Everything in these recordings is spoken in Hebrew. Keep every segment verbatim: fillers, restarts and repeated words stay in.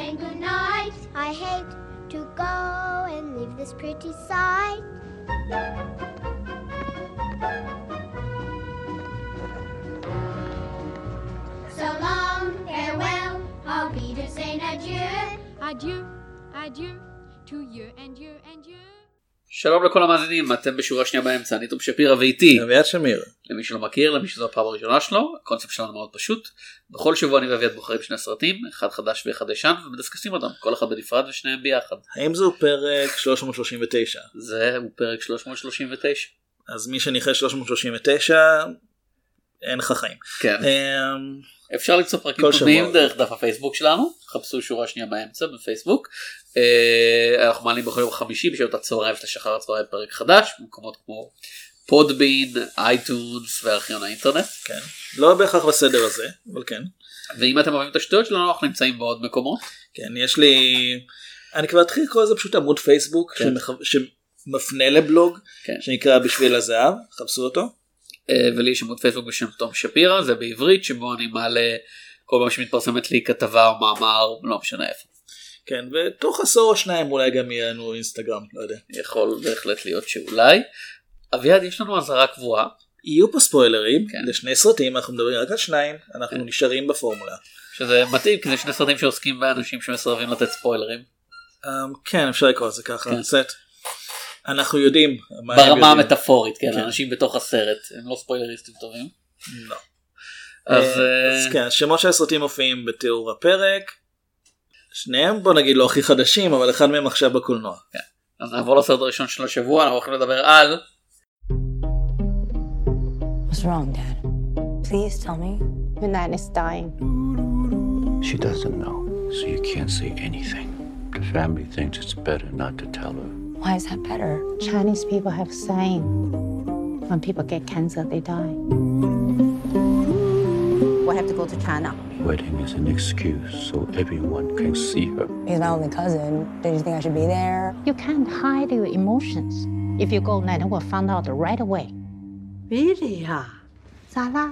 saying goodnight. I hate to go and leave this pretty sight. So long, farewell, I'll be to saying adieu. Adieu, adieu, to you and you and you. שלום לכל המאזינים, אתם בשורה שנייה באמצע, אני תום שפירא ואיתי אביעד שמיר. למי שלא מכיר, למי שזו הפעם הראשונה שלו, הקונספט שלנו מאוד פשוט, בכל שבוע אני ואביעד בוחרים שני סרטים, אחד חדש ואחד ישן, ומדסקסים אותם, כל אחד בנפרד ושניהם ביחד. האם זהו פרק שלוש מאות שלושים ותשע? זהו פרק שלוש מאות שלושים ותשע. אז מי שניחש שלוש מאות שלושים ותשע, אין לך חיים. כן. אפשר למצוא פרקים קודמים דרך דף הפייסבוק שלנו, חפשו שורה שנייה באמצע בפייסבוק. אנחנו מעלים בכל יום חמישי בשעות הצהריים ושחר הצהריים פרק חדש במקומות כמו פודבין, אייטונס וארכיון האינטרנט. כן. לא בהכרח בסדר הזה, אבל כן. ואם אתם אוהבים את השטויות שלנו, אנחנו נמצאים בעוד מקומות. כן, יש לי, אני כבר אתחיל לקרוא לזה פשוט עמוד פייסבוק שמפנה לבלוג שנקרא בשביל הזהב, חפשו אותו. ולי יש עמוד פייסבוק בשם תום שפירא, זה בעברית, שבו אני מעלה כל פעם שמתפרסמת לי כתבה או מאמר, לא משנה איפה. כן, ותוך עשור או שניים אולי גם יהיה לנו אינסטגרם, לא יודע. יכול בהחלט להיות שאולי. אביעד, יש לנו אזהרה קבועה. יהיו פה ספוילרים, כן. לשני סרטים, אנחנו מדברים רק על שניים, אנחנו כן. נשארים בפורמולה. שזה מתאים, כי זה שני סרטים שעוסקים באנשים שמסרבים לתת ספוילרים. Um, כן, אפשר לקרוא את זה ככה. כן. סט. אנחנו יודעים. ברמה המטאפורית, כן, כן. אנשים בתוך הסרט, הם לא ספוילריסטים טובים. לא. אז, אז כן, שמות של הסרטים מופיעים בתיאור הפרק. שניהם בוא נגיד לא הכי חדשים, אבל אחד מהם עכשיו בקולנוע. כן. אז נעבור לסרט הראשון של השבוע, אנחנו הולכים לדבר על... What's wrong, Dad? Please tell me. Minan is dying. She doesn't know, so you can't say anything. The family thinks it's better not to tell her. Why is that better? Chinese people have saying, when people get cancer, they die. We have to go to China. Wedding is an excuse so everyone can see her. He's my only cousin. Don't you think I should be there? You can't hide your emotions. If you go, Nana will find out right away. Really? 咋啦？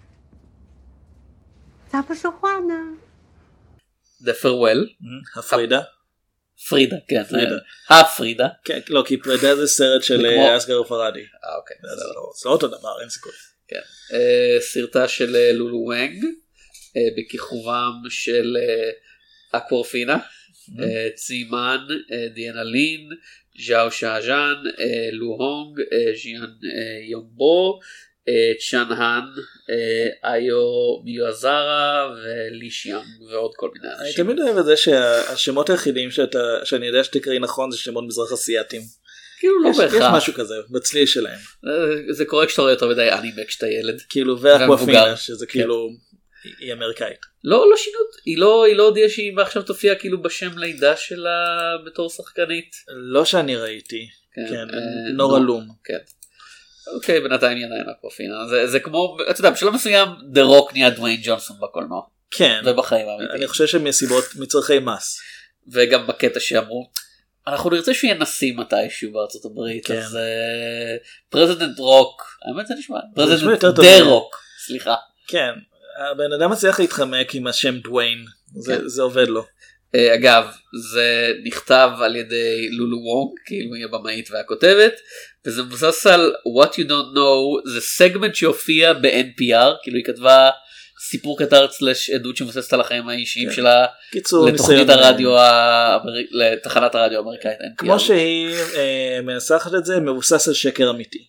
咋不说话呢？ The Farewell. הפרידה. פרידה, כן. הפרידה. כן, לא, כי פרידה זה סרט של אסגר פרדי. אה, אוקיי. זה אותו דבר, אין סיכוי. כן. סרטה של לולו וואנג, בכיכובם של אקוורפינה, צימן, דיאנה לין, ז'או שאז'אן, לו הונג, ז'יאן יונגבו, צ'אנהן, איו מיוזרה ולי שיאנג ועוד כל מיני אנשים. אני תמיד אוהב את זה שהשמות היחידים שאני יודע שתקראי נכון זה שמות מזרח אסיאטים. כאילו לא בהכרח. יש משהו כזה בצליל שלהם. זה קורה כשאתה רואה יותר מדי אנימה כשאתה ילד. כאילו ואקוואפינה שזה כאילו היא אמריקאית. לא, לא שינות. היא לא הודיעה שהיא עכשיו תופיע כאילו בשם לידה שלה בתור שחקנית. לא שאני ראיתי. כן, נורה לום. כן. אוקיי, בינתיים היא עדיין אקוואפינה. זה כמו, אתה יודע, בשלב מסוים דה רוק נהיה דוויין ג'ונסון בקולנוע. כן. ובחיים האמיתיים. אני חושב שמסיבות מצרכי מס. וגם בקטע שאמרו, אנחנו נרצה שיהיה נשיא מתישהו בארצות הברית, כן. אז פרזידנט רוק, האמת זה נשמע, פרזידנט דה רוק, סליחה. כן, הבן אדם מצליח להתחמק עם השם דוויין, זה, כן. זה עובד לו. אגב, זה נכתב על ידי לולו וונג, כאילו היא הבמאית והכותבת, וזה מבוסס על What You Don't Know, זה סגמנט שהופיע ב-אן פי אר, כאילו היא כתבה סיפור קטר סלש עדות שמבוססת על החיים האישיים שלה לתוכנית הרדיו, לתחנת הרדיו האמריקאית. כמו שהיא מנסחת את זה, מבוסס על שקר אמיתי.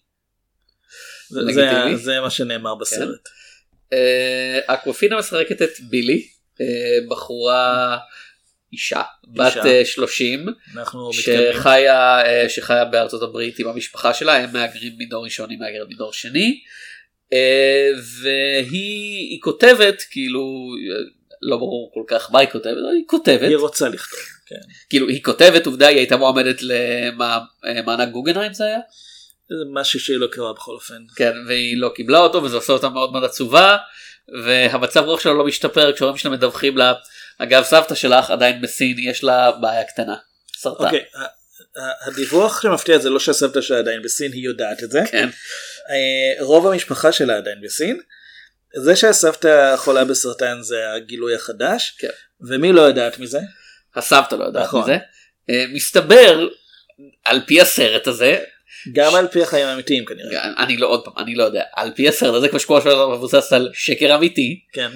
זה מה שנאמר בסרט. אקוואפינה משחקת את בילי, בחורה אישה, בת שלושים, שחיה, שחיה בארצות הברית עם המשפחה שלה, הם מהגרים מדור ראשון, היא מהגרת מדור שני, והיא כותבת, כאילו, לא ברור כל כך מה היא כותבת, היא כותבת. היא רוצה לכתוב, כן. כאילו, היא כותבת, עובדה, היא הייתה מועמדת למענק גוגנהיים זה היה? זה משהו שהיא לא קראה בכל אופן. כן, והיא לא קיבלה אותו, וזה עושה אותה מאוד מאוד עצובה, והמצב רוח שלה לא משתפר, כשהורים שלה מדווחים לה, אגב, סבתא שלך עדיין בסין, יש לה בעיה קטנה, סרטן. אוקיי, הדיווח שמפתיע זה לא שהסבתא שלה עדיין בסין, היא יודעת את זה. כן. רוב המשפחה שלה עדיין בסין. זה שהסבתא חולה בסרטן זה הגילוי החדש. כן. ומי לא יודעת מזה? הסבתא לא יודעת מזה. מסתבר, על פי הסרט הזה, גם על פי החיים האמיתיים כנראה. אני לא, עוד פעם, אני לא יודע, על פי הסרט הזה, כמו שכל השאלה מבוסס על שקר אמיתי, כן.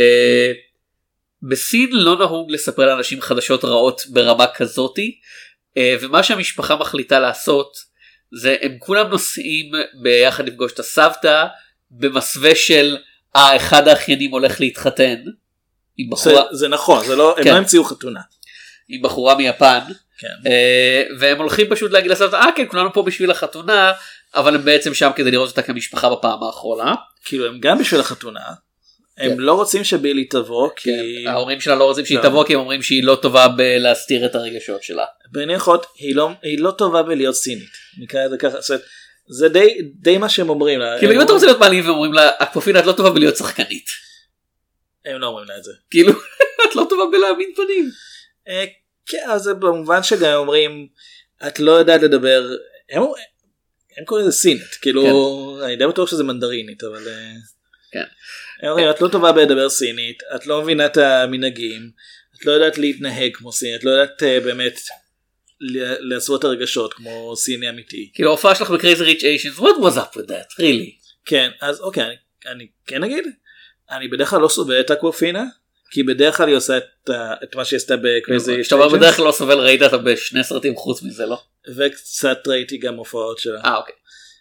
בסין לא נהוג לספר לאנשים חדשות רעות ברמה כזאתי, ומה שהמשפחה מחליטה לעשות, זה הם כולם נוסעים ביחד לפגוש את הסבתא, במסווה של, אה, אחד האחיינים הולך להתחתן, עם בחורה... זה, זה נכון, זה לא, כן. הם לא המציאו חתונה. עם בחורה מיפן, כן. והם הולכים פשוט להגיד לסבתא, אה כן, כולנו פה בשביל החתונה, אבל הם בעצם שם כדי לראות אותה כמשפחה בפעם האחרונה. כאילו הם גם בשביל החתונה, הם כן. לא רוצים שבילי תבוא, כי... כן. ההורים שלה לא רוצים שהיא לא. תבוא, כי הם אומרים שהיא לא טובה בלהסתיר את הרגשות שלה. בניחות, היא לא, היא לא טובה בלהיות סינית. נקרא את זה ככה, זאת, זה די, די מה שהם אומרים לה. כאילו אם אומרים... אתה רוצה להיות מעלים ואומרים לה, אקפופינה את לא טובה בלהיות שחקנית. הם לא אומרים לה את זה. כאילו, את לא טובה בלהאמין פנים. אה, כן, אז זה במובן שגם אומרים, את לא יודעת לדבר, הם, הם קוראים לזה סינית, כאילו, כן. אני די בטוח שזה מנדרינית, אבל... כן. הם אומרים, את לא טובה בלדבר סינית, את לא מבינה את המנהגים, את לא יודעת להתנהג כמו סינית, את לא יודעת uh, באמת לעשות את הרגשות כמו סיני אמיתי. כאילו ההופעה שלך בקרייזי ריץ' איישנס, what was up with that, really? כן, אז אוקיי, אני, אני כן אגיד, אני בדרך כלל לא סובל את אקוופינה, כי בדרך כלל היא עושה את, את מה שהיא עשתה בקרייזי ריץ' איישנס. כשאתה בדרך כלל לא סובל, ראית אותה בשני סרטים חוץ מזה, לא? וקצת ראיתי גם הופעות שלה. אה, אוקיי.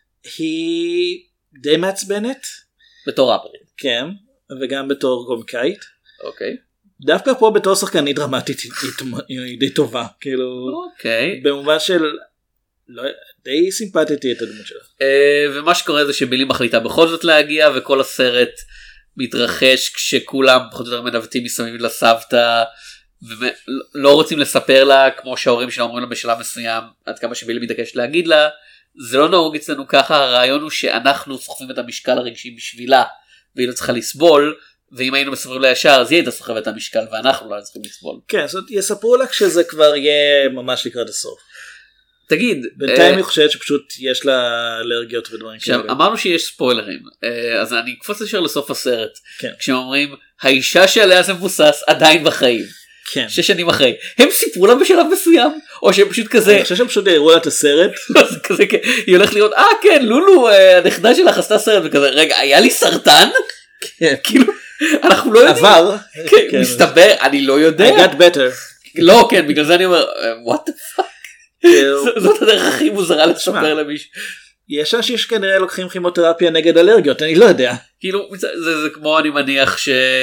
היא די מעצבנת. בתור ראפרית. כן, וגם בתור קומיקאית. אוקיי. דווקא פה בתור שחקנית דרמטית היא די טובה, כאילו, אוקיי. במובן של, לא, די סימפטתי את הדמות שלה. ומה שקורה זה שבילי מחליטה בכל זאת להגיע, וכל הסרט מתרחש כשכולם פחות או יותר מנווטים מסביב לסבתא, ולא רוצים לספר לה, כמו שההורים שלה אומרים לה בשלב מסוים, עד כמה שבילי מתעקש להגיד לה, זה לא נהוג אצלנו ככה, הרעיון הוא שאנחנו סוחבים את המשקל הרגשי בשבילה, והיא לא צריכה לסבול, ואם היינו מספרים לה ישר, אז היא הייתה סוחבת את המשקל, ואנחנו לא צריכים לסבול. כן, זאת יספרו לה כשזה כבר יהיה ממש לקראת הסוף. תגיד, בינתיים היא חושבת שפשוט יש לה אלרגיות ודברים כאלה. אמרנו שיש ספוילרים, אז אני אקפוץ ישר לסוף הסרט, כן. כשהם אומרים, האישה שעליה זה מבוסס עדיין בחיים. כן. שש שנים אחרי. הם סיפרו לה בשלב מסוים, או שהם פשוט כזה... אני חושב שהם פשוט הראו לה את הסרט. כזה, היא הולכת לראות, אה כן, לולו, הנכדה שלך עשתה סרט, וכזה, רגע, היה לי סרטן? כן. כאילו, אנחנו לא יודעים. עבר. כן, מסתבר, אני לא יודע. I got better. לא, כן, בגלל זה אני אומר, what the fuck? זאת הדרך הכי מוזרה לספר למישהו. יש אנשים שכנראה לוקחים כימותרפיה נגד אלרגיות, אני לא יודע. כאילו, זה, זה, זה כמו אני מניח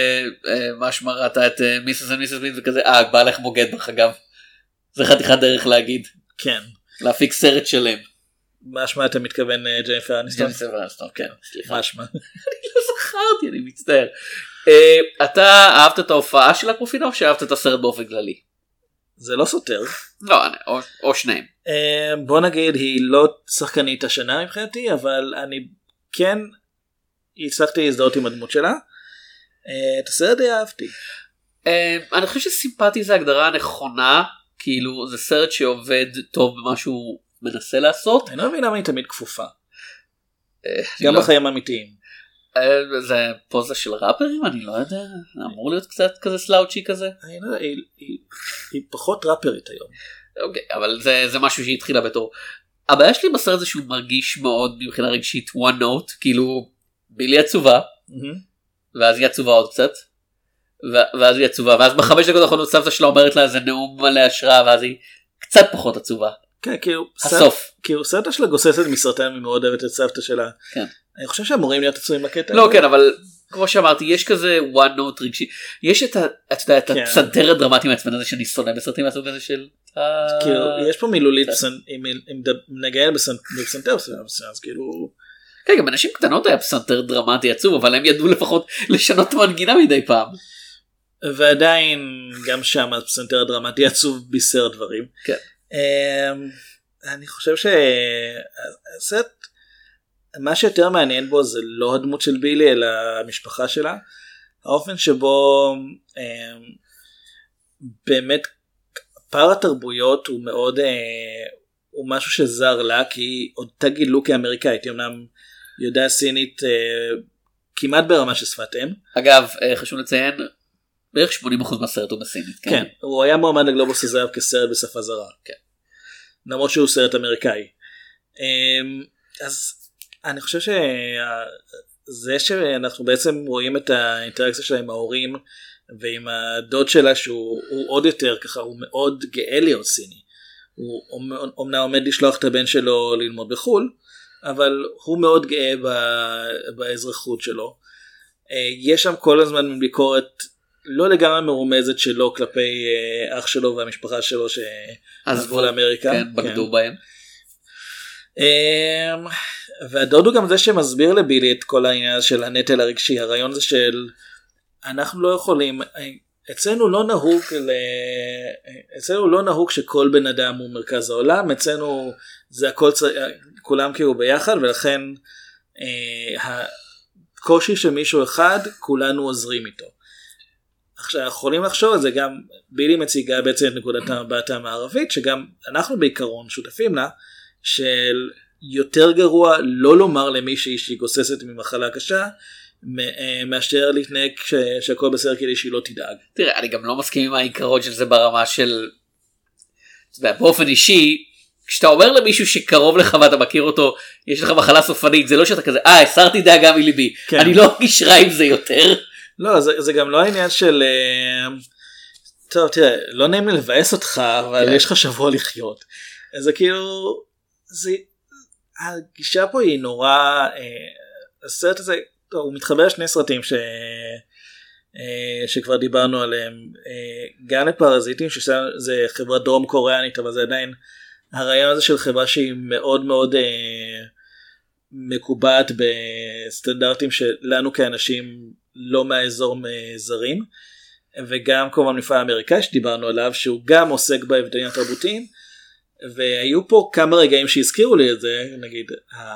שמה שמרת את מיסס ומיסס מיסס וכזה, אה, בעלך מוגד בך אגב. זה חתיכת דרך להגיד. כן. להפיק סרט שלם. משמע אתה מתכוון ג'ניפר אניסטון? ג'ניפר אניסטון, כן, סליחה. משמע. אני לא זכרתי, אני מצטער. אתה אהבת את ההופעה של אקוופינה או שאהבת את הסרט באופן כללי? זה לא סותר. לא, או, או שניים. בוא נגיד היא לא שחקנית השנה מבחינתי, אבל אני כן הצלחתי להזדהות עם הדמות שלה. את הסרט די אהבתי. אני חושב שסימפטי זה הגדרה הנכונה, כאילו זה סרט שעובד טוב במה שהוא מנסה לעשות. אני לא מבין למה היא תמיד כפופה. גם בחיים האמיתיים. זה פוזה של ראפרים, אני לא יודע, אמור להיות קצת כזה סלאוצ'י כזה. אני לא יודע, היא, היא, היא פחות ראפרית היום. אוקיי, אבל זה, זה משהו שהתחילה בתור. הבעיה שלי בסרט זה שהוא מרגיש מאוד מבחינה רגשית one note, כאילו בילי עצובה, mm-hmm. ואז היא עצובה עוד קצת, ו- ואז היא עצובה, ואז בחמש דקות האחרונות סבתא שלה אומרת לה איזה נאום מלא השראה, ואז היא קצת פחות עצובה. כן, כאילו, הסוף. סרט, כאילו סבתא שלה גוססת מסרטן, היא מאוד אוהבת את סבתא שלה. כן. אני חושב שאמורים להיות עצובים בקטע. לא, כן, אבל כמו שאמרתי, יש כזה one note רגשי, יש את, את יודעת, את הפסנתר הדרמטי מעצבן הזה שאני שונא בסרטים מהסוג הזה של... כאילו, יש פה מילולית, אם נגן בפסנתר, אז כאילו... כן, גם אנשים קטנות היה פסנתר דרמטי עצוב, אבל הם ידעו לפחות לשנות את המנגינה מדי פעם. ועדיין, גם שם הפסנתר הדרמטי עצוב בישר דברים. כן. אני חושב שהסרט... מה שיותר מעניין בו זה לא הדמות של בילי אלא המשפחה שלה, האופן שבו אה, באמת פער התרבויות הוא מאוד אה, הוא משהו שזר לה, כי אותה גילו כאמריקאית, היא אמנם יודע סינית אה, כמעט ברמה של שפת אם. אגב, חשוב לציין, בערך שמונים אחוז מהסרט הוא בסינית. כן, כן, הוא היה מועמד לגלובוס הזהב כסרט בשפה זרה. כן. למרות שהוא סרט אמריקאי. אז אני חושב שזה שאנחנו בעצם רואים את האינטראקציה שלה עם ההורים ועם הדוד שלה שהוא עוד יותר ככה, הוא מאוד גאה להיות סיני. הוא אומנם עומד לשלוח את הבן שלו ללמוד בחול, אבל הוא מאוד גאה באזרחות שלו. יש שם כל הזמן ביקורת לא לגמרי מרומזת שלו כלפי אח שלו והמשפחה שלו שעזבו לאמריקה. כן, בגדו בהם. והדוד הוא גם זה שמסביר לבילי את כל העניין של הנטל הרגשי. הרעיון זה של אנחנו לא יכולים, אצלנו לא נהוג אצלנו לא נהוג שכל בן אדם הוא מרכז העולם, אצלנו זה הכל, כולם כאילו ביחד, ולכן הקושי של מישהו אחד כולנו עוזרים איתו. עכשיו אנחנו יכולים לחשוב על זה, גם בילי מציגה בעצם את נקודת המבט המערבית שגם אנחנו בעיקרון שותפים לה, של יותר גרוע לא לומר למישהי שהיא גוססת ממחלה קשה מאשר להתנהג שהכל בסדר כדי שהיא לא תדאג. תראה, אני גם לא מסכים עם העיקרון של זה ברמה של באופן אישי, כשאתה אומר למישהו שקרוב לך ואתה מכיר אותו, יש לך מחלה סופנית, זה לא שאתה כזה, אה, הסרתי דאגה מליבי, כן. אני לא נשרה עם זה יותר. לא, זה, זה גם לא העניין של, טוב, תראה, לא נעים לי לבאס אותך, אבל כן. יש לך שבוע לחיות. זה כאילו, זה, הגישה פה היא נורא, הסרט הזה, טוב, הוא מתחבר לשני סרטים ש... שכבר דיברנו עליהם, גם לפרזיטים, שזה חברה דרום קוריאנית, אבל זה עדיין הרעיון הזה של חברה שהיא מאוד מאוד מקובעת בסטנדרטים שלנו כאנשים לא מהאזור זרים, וגם כמובן מפעל האמריקאי שדיברנו עליו, שהוא גם עוסק בהבדלים התרבותיים, והיו פה כמה רגעים שהזכירו לי את זה, נגיד,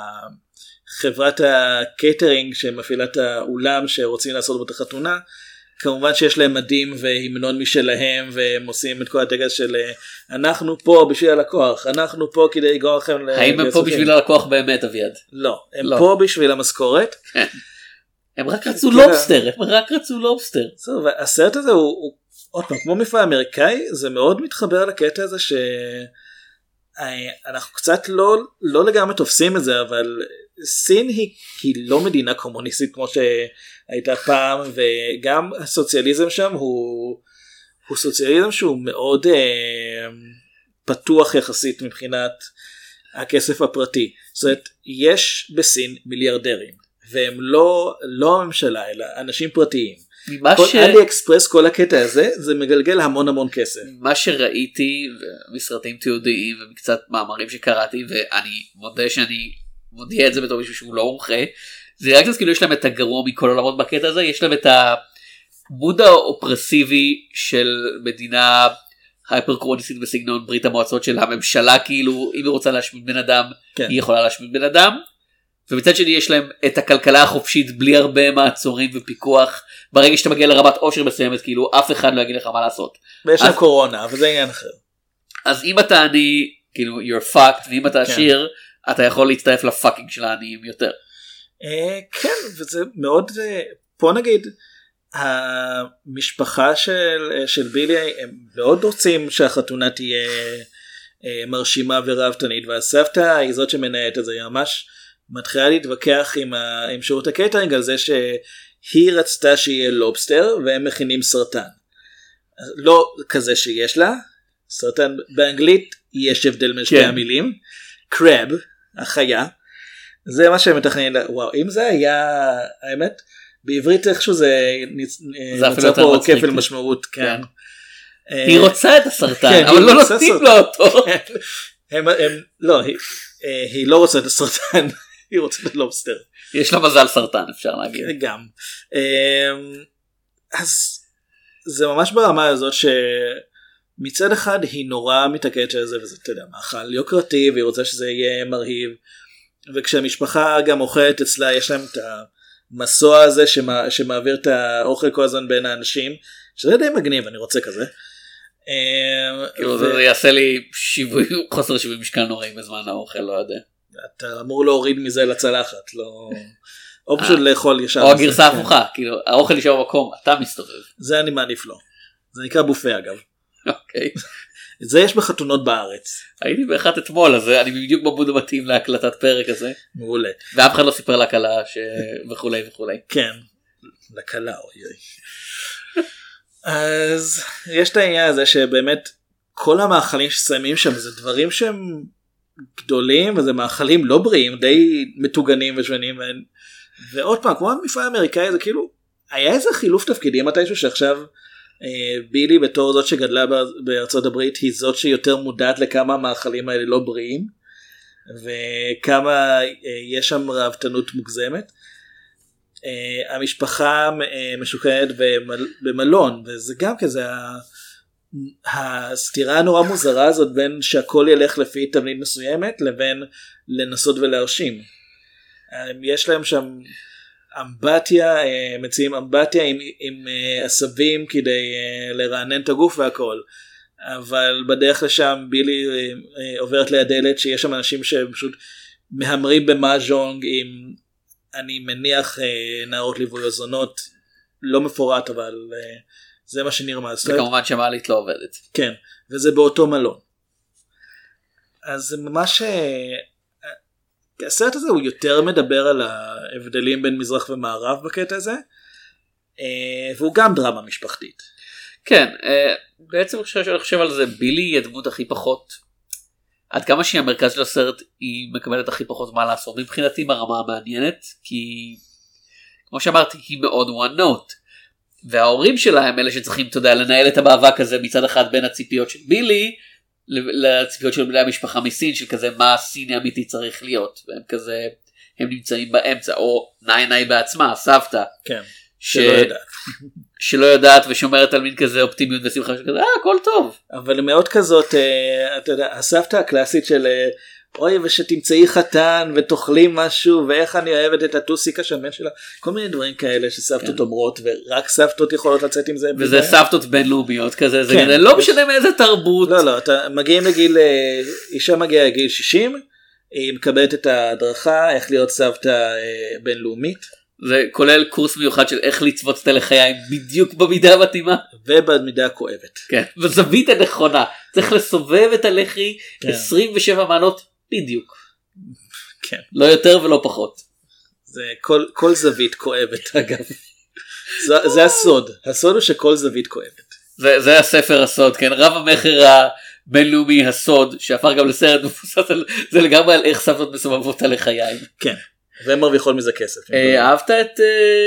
חברת הקייטרינג שמפעילה את האולם שרוצים לעשות בו את החתונה, כמובן שיש להם מדים והמנון משלהם, והם עושים את כל הדגל של אנחנו פה בשביל הלקוח, אנחנו פה כדי לגרום לכם. האם הם פה בשביל הלקוח באמת, אביעד? לא, הם פה בשביל המשכורת. הם רק רצו לובסטר, הם רק רצו לובסטר. הסרט הזה הוא, עוד פעם, כמו מפעל אמריקאי, זה מאוד מתחבר לקטע הזה ש... אנחנו קצת לא, לא לגמרי תופסים את זה, אבל סין היא, היא לא מדינה קומוניסטית כמו שהייתה פעם, וגם הסוציאליזם שם הוא, הוא סוציאליזם שהוא מאוד אה, פתוח יחסית מבחינת הכסף הפרטי. זאת אומרת, יש בסין מיליארדרים, והם לא, לא הממשלה, אלא אנשים פרטיים. כל ש... אלי אקספרס, כל הקטע הזה, זה מגלגל המון המון כסף. מה שראיתי, מסרטים תיעודיים ומקצת מאמרים שקראתי, ואני מודה שאני מודיע את זה בתור מישהו שהוא לא מומחה, זה רק אז כאילו יש להם את הגרוע מכל עולמות בקטע הזה, יש להם את המוד האופרסיבי של מדינה הייפר קרוניסטית בסגנון ברית המועצות של הממשלה, כאילו אם היא רוצה להשמיד בן אדם, כן. היא יכולה להשמיד בן אדם, ומצד שני יש להם את הכלכלה החופשית בלי הרבה מעצורים ופיקוח, ברגע שאתה מגיע לרמת עושר מסוימת, כאילו אף אחד לא יגיד לך מה לעשות. ויש להם קורונה, אבל זה עניין אחר. אז אם אתה עני, כאילו you're fucked, ואם אתה עשיר, אתה יכול להצטרף לפאקינג של העניים יותר. כן, וזה מאוד, פה נגיד, המשפחה של בילי, הם מאוד רוצים שהחתונה תהיה מרשימה ורבתנית, והסבתא היא זאת שמנהלת את זה, היא ממש מתחילה להתווכח עם שירות הקייטרינג על זה ש... היא רצתה שיהיה לובסטר והם מכינים סרטן. לא כזה שיש לה, סרטן באנגלית יש הבדל בין שתי המילים, קרב, החיה, זה מה שהם מתכננים, וואו, אם זה היה, האמת, בעברית איכשהו זה נמצא פה כפל משמעות, כן. היא רוצה את הסרטן, אבל לא נותנים לו אותו. לא, היא לא רוצה את הסרטן, היא רוצה את הלובסטר. יש לה מזל סרטן, אפשר להגיד. גם. אז זה ממש ברמה הזאת שמצד אחד היא נורא מתעקדת של זה, וזה, אתה יודע, מאכל יוקרתי, והיא רוצה שזה יהיה מרהיב, וכשהמשפחה גם אוכלת אצלה, יש להם את המסוע הזה שמעביר את האוכל כל הזמן בין האנשים, שזה די מגניב, אני רוצה כזה. זה יעשה לי חוסר שיווי משקל נוראי בזמן האוכל, לא יודע. אתה אמור להוריד מזה לצלחת, לא, או פשוט לאכול ישר. או הגרסה ההפוכה, כאילו האוכל נשאר במקום, אתה מסתובב. זה אני מעדיף לו. זה נקרא בופה אגב. אוקיי. את זה יש בחתונות בארץ. הייתי באחת אתמול, אז אני בדיוק במוד המתאים להקלטת פרק הזה. מעולה. ואף אחד לא סיפר לכלה וכולי וכולי. כן. לכלה, אוי אוי. אז יש את העניין הזה שבאמת כל המאכלים ששמים שם זה דברים שהם גדולים, וזה מאכלים לא בריאים, די מטוגנים ושבנים. ועוד פעם, כמו המפעל האמריקאי, זה כאילו, היה איזה חילוף תפקידים מתישהו שעכשיו בילי בתור זאת שגדלה בארצות הברית היא זאת שיותר מודעת לכמה המאכלים האלה לא בריאים וכמה יש שם רעבתנות מוגזמת. המשפחה משוכנת במלון וזה גם כזה הסתירה הנורא מוזרה הזאת בין שהכל ילך לפי תבנית מסוימת לבין לנסות ולהרשים. יש להם שם אמבטיה, מציעים אמבטיה עם, עם עשבים כדי לרענן את הגוף והכל, אבל בדרך לשם בילי עוברת ליד דלת שיש שם אנשים שפשוט מהמרים במאז'ונג עם, אני מניח, נערות ליווי או זונות, לא מפורט אבל זה מה שנרמז. וכמובן שמעלית לא עובדת. כן, וזה באותו מלון. אז זה ממש... הסרט הזה הוא יותר מדבר על ההבדלים בין מזרח ומערב בקטע הזה, והוא גם דרמה משפחתית. כן, בעצם כשאני חושב על זה, בילי היא הדמות הכי פחות, עד כמה שהיא המרכז של הסרט, היא מקבלת הכי פחות מה לעשות, מבחינתי ברמה המעניינת, כי כמו שאמרתי, היא מאוד one note, וההורים שלה הם אלה שצריכים, אתה יודע, לנהל את המאבק הזה מצד אחד בין הציפיות של בילי, לציפיות של בני המשפחה מסין של כזה מה הסין האמיתי צריך להיות והם כזה הם נמצאים באמצע או ניי ניי בעצמה הסבתא כן, ש... שלא יודעת שלא יודעת ושומרת על מין כזה אופטימיות ושמחה שכזה אה הכל טוב אבל מאוד כזאת אה, אתה יודע הסבתא הקלאסית של אה, אוי ושתמצאי חתן ותאכלי משהו ואיך אני אוהבת את הטוסיק השמן שלה כל מיני דברים כאלה שסבתות אומרות ורק סבתות יכולות לצאת עם זה וזה סבתות בינלאומיות כזה זה לא משנה מאיזה תרבות לא לא אתה מגיעים לגיל אישה מגיעה לגיל שישים היא מקבלת את ההדרכה איך להיות סבתא בינלאומית זה כולל קורס מיוחד של איך לצוות את הלחיים בדיוק במידה המתאימה ובמידה הכואבת כן בזווית הנכונה צריך לסובב את הלחי עשרים ושבע מעלות בדיוק. כן. לא יותר ולא פחות. זה כל, כל זווית כואבת אגב. זה, זה הסוד. הסוד הוא שכל זווית כואבת. זה, זה הספר הסוד, כן. רב המחר הבינלאומי הסוד, שהפך גם לסרט מפוסס על, זה לגמרי על איך סבתות מסובבות על לחיים. כן. והם מרוויחות מזה כסף. אהבת את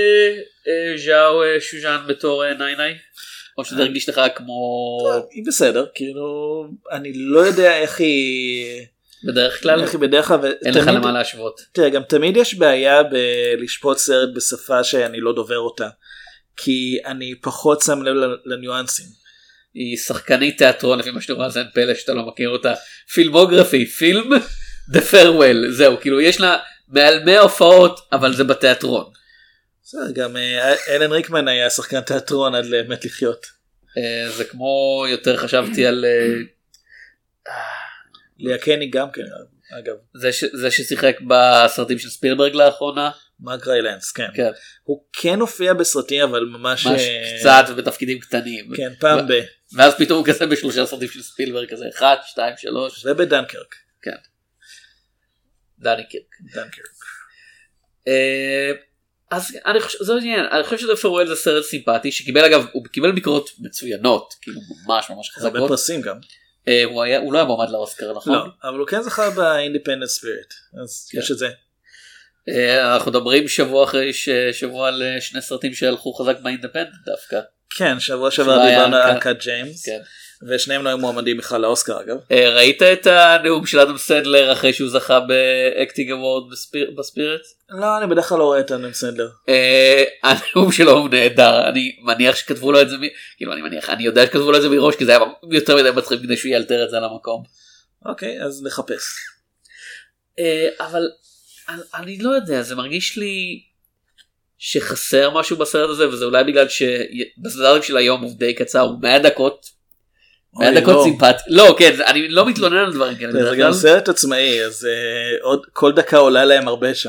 ז'או שוז'אן בתור ניי ניי? או שזה הרגיש לך כמו... היא בסדר, כאילו, אני לא יודע איך היא... בדרך כלל? איך היא בדרך כלל... אין לך למה להשוות. תראה, גם תמיד יש בעיה בלשפוט סרט בשפה שאני לא דובר אותה, כי אני פחות שם לב לניואנסים. היא שחקנית תיאטרון, לפי מה שאתה רואה, זה אין פלא שאתה לא מכיר אותה. פילמוגרפי, פילם, The Farewell, זהו, כאילו יש לה מעל מאה הופעות, אבל זה בתיאטרון. בסדר, גם אלן ריקמן היה שחקן תיאטרון עד למת לחיות. זה כמו יותר חשבתי על... ליה קניג גם כן, אגב. זה ששיחק בסרטים של ספילברג לאחרונה. מרק ריילנס, כן. כן. הוא כן הופיע בסרטים, אבל ממש... ממש קצת ובתפקידים קטנים. כן, פעם ב... ואז פתאום הוא כזה בשלושה סרטים של ספילברג, כזה אחד, שתיים, שלוש. ובדנקרק. כן. דני קירק. דנקרק. אז אני חושב, זה עניין, אני חושב שזה פרוול זה סרט סימפטי, שקיבל אגב, הוא קיבל ביקורות מצוינות, כאילו ממש ממש חזקות. הרבה פרסים גם. הוא היה, הוא לא היה מועמד לאוסקר, נכון? לא, אבל הוא כן זכה באינדיפנדנט ספיריט, אז יש את זה. אנחנו מדברים שבוע אחרי שבוע על שני סרטים שהלכו חזק באינדיפנדנט דווקא. כן, שבוע שעבר דיברנו על אנקה ג'יימס, ושניהם לא היו מועמדים בכלל לאוסקר אגב. ראית את הנאום של אדם סנדלר אחרי שהוא זכה באקטינג אוורד בספיריט? לא, אני בדרך כלל לא רואה את אדם סנדלר. הנאום שלו הוא נהדר, אני מניח שכתבו לו את זה, כאילו אני מניח, אני יודע שכתבו לו את זה מראש, כי זה היה יותר מדי מצחיק כדי שהוא ילתר את זה על המקום. אוקיי, אז נחפש. אבל אני לא יודע, זה מרגיש לי שחסר משהו בסרט הזה, וזה אולי בגלל שבסרטים של היום הוא די קצר, הוא מאה דקות, מאה דקות סימפטי. לא, כן, אני לא מתלונן על דברים כאלה. זה גם סרט עצמאי, אז כל דקה עולה להם הרבה שם.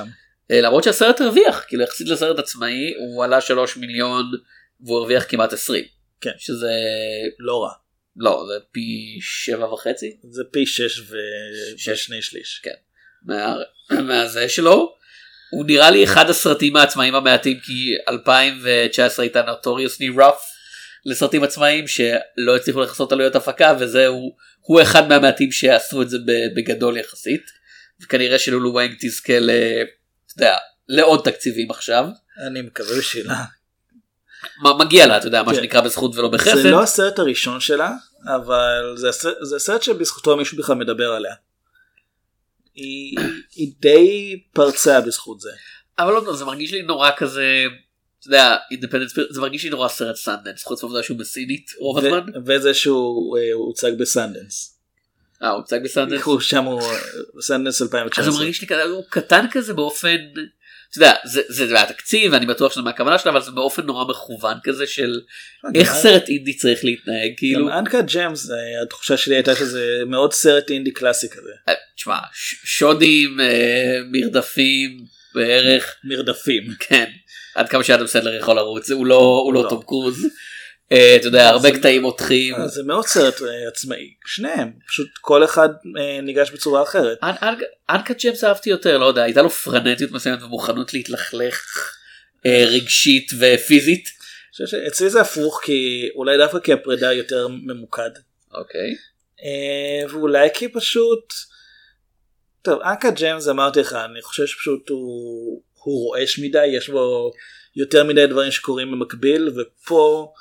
למרות שהסרט הרוויח, כאילו יחסית לסרט עצמאי, הוא עלה שלוש מיליון והוא הרוויח כמעט עשרים. כן. שזה לא רע. לא, זה פי שבע וחצי? זה פי שש ושני שליש. כן. מה, מהזה שלו. הוא נראה לי אחד הסרטים העצמאיים המעטים, כי אלפיים תשע עשרה הייתה notoriously rough לסרטים עצמאיים שלא הצליחו לחסות עלויות הפקה, וזהו, הוא אחד מהמעטים שעשו את זה בגדול יחסית. וכנראה שלולו ווינג תזכה ל, אתה יודע, לעוד תקציבים עכשיו. אני מקווה בשבילה. מגיע לה, אתה יודע, מה שנקרא בזכות ולא בחסד. זה לא הסרט הראשון שלה, אבל זה הסרט שבזכותו מישהו בכלל מדבר עליה. היא, היא די פרצה בזכות זה. אבל לא, זה מרגיש לי נורא כזה, אתה יודע, זה מרגיש לי נורא סרט סנדנס, חוץ מהעובדה שהוא בסינית רוב הזמן. וזה שהוא הוצג בסנדנס. אה, הוא הוצג בסנדנס? הוא שם הוא בסנדנס אלפיים תשע עשרה. אז הוא מרגיש לי כזה, הוא קטן כזה באופן, אתה יודע, זה, זה, זה התקציב, ואני בטוח שזה מהכוונה שלה, אבל זה באופן נורא מכוון כזה של איך סרט אינדי צריך להתנהג, כאילו. גם אנקה ג'יימס, התחושה שלי הייתה שזה מאוד סרט אינדי קלאסי כזה. תשמע, שודים, מרדפים, בערך. מרדפים. כן, עד כמה שאדם סנדלר יכול לרוץ, הוא לא, הוא לא טום קרוז. אתה יודע, הרבה קטעים מותחים. זה מאוד סרט עצמאי, שניהם, פשוט כל אחד ניגש בצורה אחרת. אנקה ג'יימס אהבתי יותר, לא יודע, הייתה לו פרנטיות מסוימת ומוכנות להתלכלך רגשית ופיזית. אצלי זה הפוך, כי אולי דווקא כי הפרידה יותר ממוקד. אוקיי. ואולי כי פשוט, טוב, אנקה ג'יימס אמרתי לך, אני חושב שפשוט הוא, הוא רועש מדי, יש בו יותר מדי דברים שקורים במקביל, ופה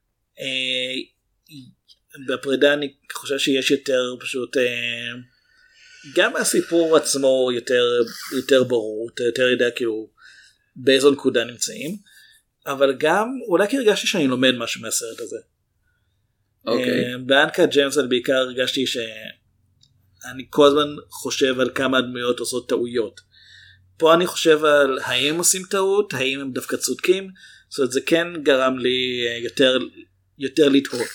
בפרידה אני חושב שיש יותר פשוט גם הסיפור עצמו יותר יותר ברור, יותר יודע כאילו באיזו נקודה נמצאים, אבל גם אולי כי הרגשתי שאני לומד משהו מהסרט הזה. אוקיי. באנקה ג'יימס אני בעיקר הרגשתי שאני כל הזמן חושב על כמה הדמויות עושות טעויות. פה אני חושב על האם הם עושים טעות, האם הם דווקא צודקים, זאת אומרת זה כן גרם לי יותר יותר לתהות.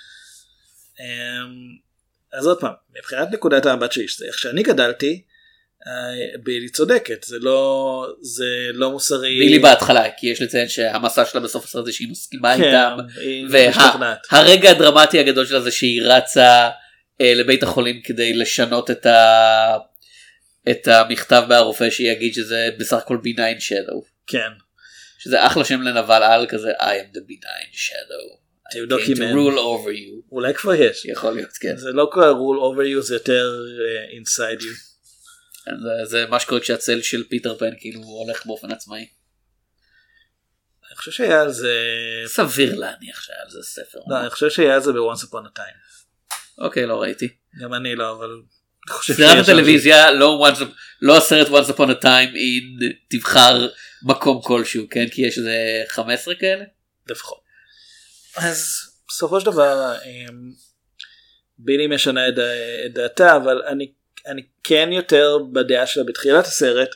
אז עוד פעם, מבחינת נקודת המבט שלי, איך שאני גדלתי, בילי צודקת, זה לא, זה לא מוסרי. בילי בהתחלה, כי יש לציין שהמסע שלה בסוף הסרט זה שהיא מסכימה איתם, והרגע הדרמטי הגדול שלה זה שהיא רצה לבית החולים כדי לשנות את ה... את המכתב מהרופא שיגיד שזה בסך הכל benign shadow. כן. שזה אחלה שם לנבל על כזה, I am the benign shadow. I came to rule over you. אולי כבר יש. יכול להיות, כן. זה לא כבר rule over you, זה יותר uh, inside you. זה, זה מה שקורה כשהצל של פיטר פן כאילו הולך באופן עצמאי. אני חושב שהיה על זה... סביר להניח שהיה על זה ספר. לא, אני חושב שהיה על זה ב-Once Upon a Time. אוקיי, לא ראיתי. גם אני לא, אבל... סדרת הטלוויזיה, לא, לא הסרט Once Upon a Time, היא תבחר מקום כלשהו, כן? כי יש איזה חמש עשרה כאלה? לפחות. אז בסופו של דבר, בילי משנה את דעתה, אבל אני, אני כן יותר בדעה שלה בתחילת הסרט,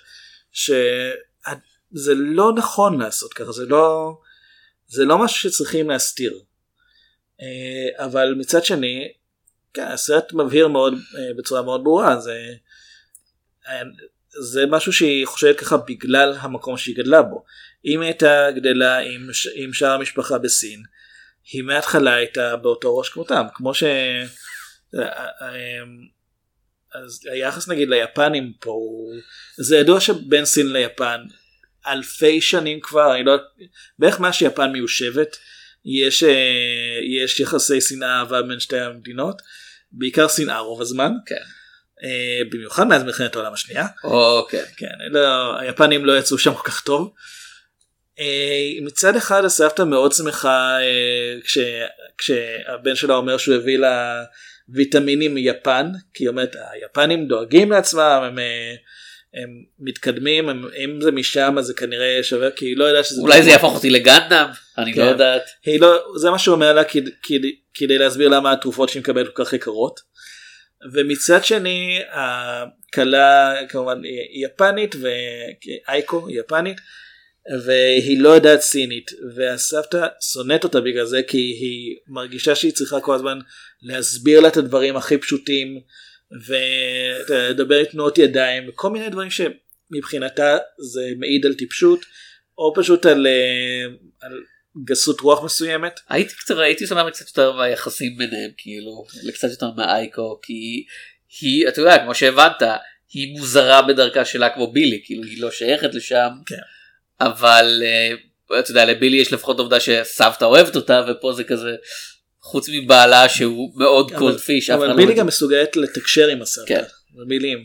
שזה לא נכון לעשות ככה, זה לא, זה לא משהו שצריכים להסתיר. אבל מצד שני, כן, הסרט מבהיר מאוד, בצורה מאוד ברורה, זה, זה משהו שהיא חושבת ככה בגלל המקום שהיא גדלה בו. אם הייתה גדלה עם, עם שאר המשפחה בסין, היא מההתחלה הייתה באותו ראש כמותם, כמו ש... אז היחס נגיד ליפנים פה, זה ידוע שבין סין ליפן, אלפי שנים כבר, אני לא... בערך מה שיפן מיושבת, יש, יש יחסי שנאה אהבה בין שתי המדינות, בעיקר שנאה רוב הזמן, כן. במיוחד מאז מלחמת העולם השנייה. אוקיי. כן, לא, היפנים לא יצאו שם כל כך טוב. מצד אחד הסבתא מאוד שמחה כש, כשהבן שלה אומר שהוא הביא לה ויטמינים מיפן, כי היא אומרת היפנים דואגים לעצמם, הם, הם מתקדמים, הם, אם זה משם אז זה כנראה שווה, כי היא לא יודעת שזה... אולי זה יהפוך אותי לגנדם, אני כן. לא יודעת. היא לא, זה מה שהוא אומר לה כדי, כדי, כדי להסביר למה התרופות שהיא מקבלת כל כך יקרות. ומצד שני הכלה כמובן היא יפנית ואייקו היא יפנית והיא לא יודעת סינית, והסבתא שונאת אותה בגלל זה, כי היא מרגישה שהיא צריכה כל הזמן להסביר לה את הדברים הכי פשוטים ולדבר עם תנועות ידיים וכל מיני דברים מבחינתה זה מעיד על טיפשות, או פשוט על, על גסות רוח מסוימת. הייתי קצת, הייתי שמח קצת יותר ביחסים ביניהם, כאילו, לקצת יותר מהאייקו, כי היא, אתה יודע, כמו שהבנת, היא מוזרה בדרכה שלה כמו בילי, כאילו היא לא שייכת לשם, כן. אבל אתה יודע, לבילי יש לפחות עובדה שסבתא אוהבת אותה, ופה זה כזה, חוץ מבעלה שהוא מאוד קולד פיש. אבל בילי גם מסוגלת לתקשר עם הסבתא, כן. במילים.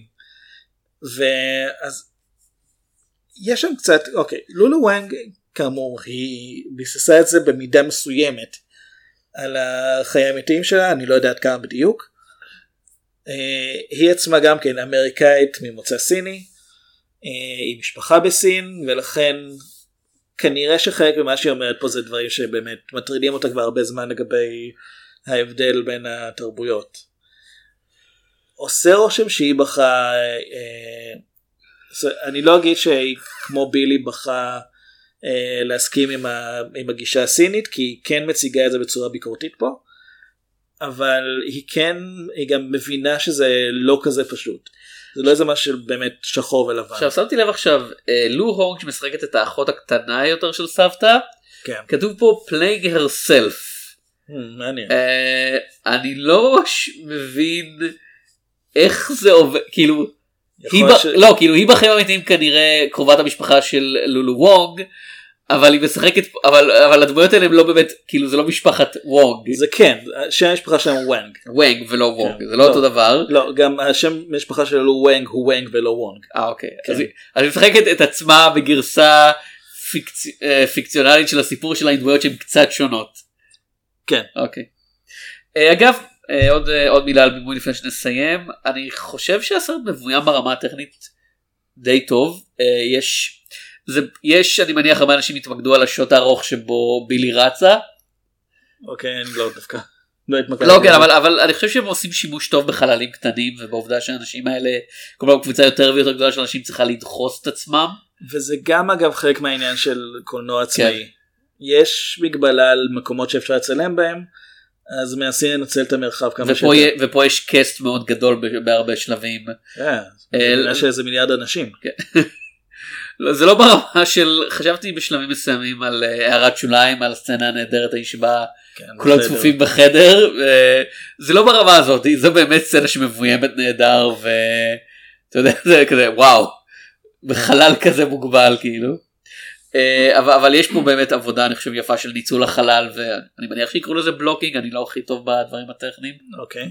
ואז יש שם קצת, אוקיי, לולו וואנג כאמור, היא ביססה את זה במידה מסוימת על החיי האמיתיים שלה, אני לא יודעת כמה בדיוק. היא עצמה גם כן אמריקאית ממוצא סיני, היא משפחה בסין, ולכן כנראה שחלק ממה שהיא אומרת פה זה דברים שבאמת מטרידים אותה כבר הרבה זמן לגבי ההבדל בין התרבויות. עושה רושם שהיא בכה, אני לא אגיד שהיא כמו בילי בכה להסכים עם, ה, עם הגישה הסינית, כי היא כן מציגה את זה בצורה ביקורתית פה, אבל היא כן, היא גם מבינה שזה לא כזה פשוט. זה לא איזה משהו באמת שחור ולבן. עכשיו שמתי לב עכשיו, לו הונג שמשחקת את האחות הקטנה יותר של סבתא, כן. כתוב פה playing herself. מעניין. אני לא ממש מבין איך זה עובד, כאילו, היא ב... ש... לא, כאילו היא בחיים האמיתיים כנראה קרובת המשפחה של לולו וונג, אבל היא משחקת, אבל, אבל הדמויות האלה הם לא באמת, כאילו זה לא משפחת וונג. זה כן, שם המשפחה שלהם הוא וונג. וונג ולא וונג, כן. זה לא, לא אותו דבר. לא, גם השם המשפחה של לולו וונג הוא וונג ולא וונג. אה אוקיי, כן. אז, אז היא משחקת את עצמה בגרסה פיקצ... פיקציונלית של הסיפור שלה עם דמויות שהן קצת שונות. כן. אוקיי. אגב, עוד, עוד מילה על בימוי לפני שנסיים, אני חושב שהסרט מבוים ברמה הטכנית די טוב, יש... זה, יש, אני מניח, הרבה אנשים התמקדו על השוט הארוך שבו בילי רצה. אוקיי, אני לא דווקא. לא התמקדתי. לא, כן, אבל, אבל אני חושב שהם עושים שימוש טוב בחללים קטנים, ובעובדה שהאנשים האלה, כל פעם קבוצה יותר ויותר גדולה של אנשים צריכה לדחוס את עצמם. וזה גם אגב חלק מהעניין של קולנוע צבאי. כן. יש מגבלה על מקומות שאפשר לצלם בהם, אז מנסים לנצל את המרחב כמה שיותר. ופה יש קסט מאוד גדול בהרבה שלבים. כן, בגלל שזה מיליארד אנשים. כן. זה לא ברמה של, חשבתי בשלבים מסוימים על הערת שוליים, על הסצנה הנהדרת הישיבה, כולם צפופים בחדר, זה לא ברמה הזאת, זו באמת סצנה שמבוימת נהדר, ואתה יודע, זה כזה וואו, בחלל כזה מוגבל כאילו, אבל יש פה באמת עבודה, אני חושב יפה של ניצול החלל, ואני מניח שיקראו לזה בלוקינג, אני לא הכי טוב בדברים הטכניים. אוקיי.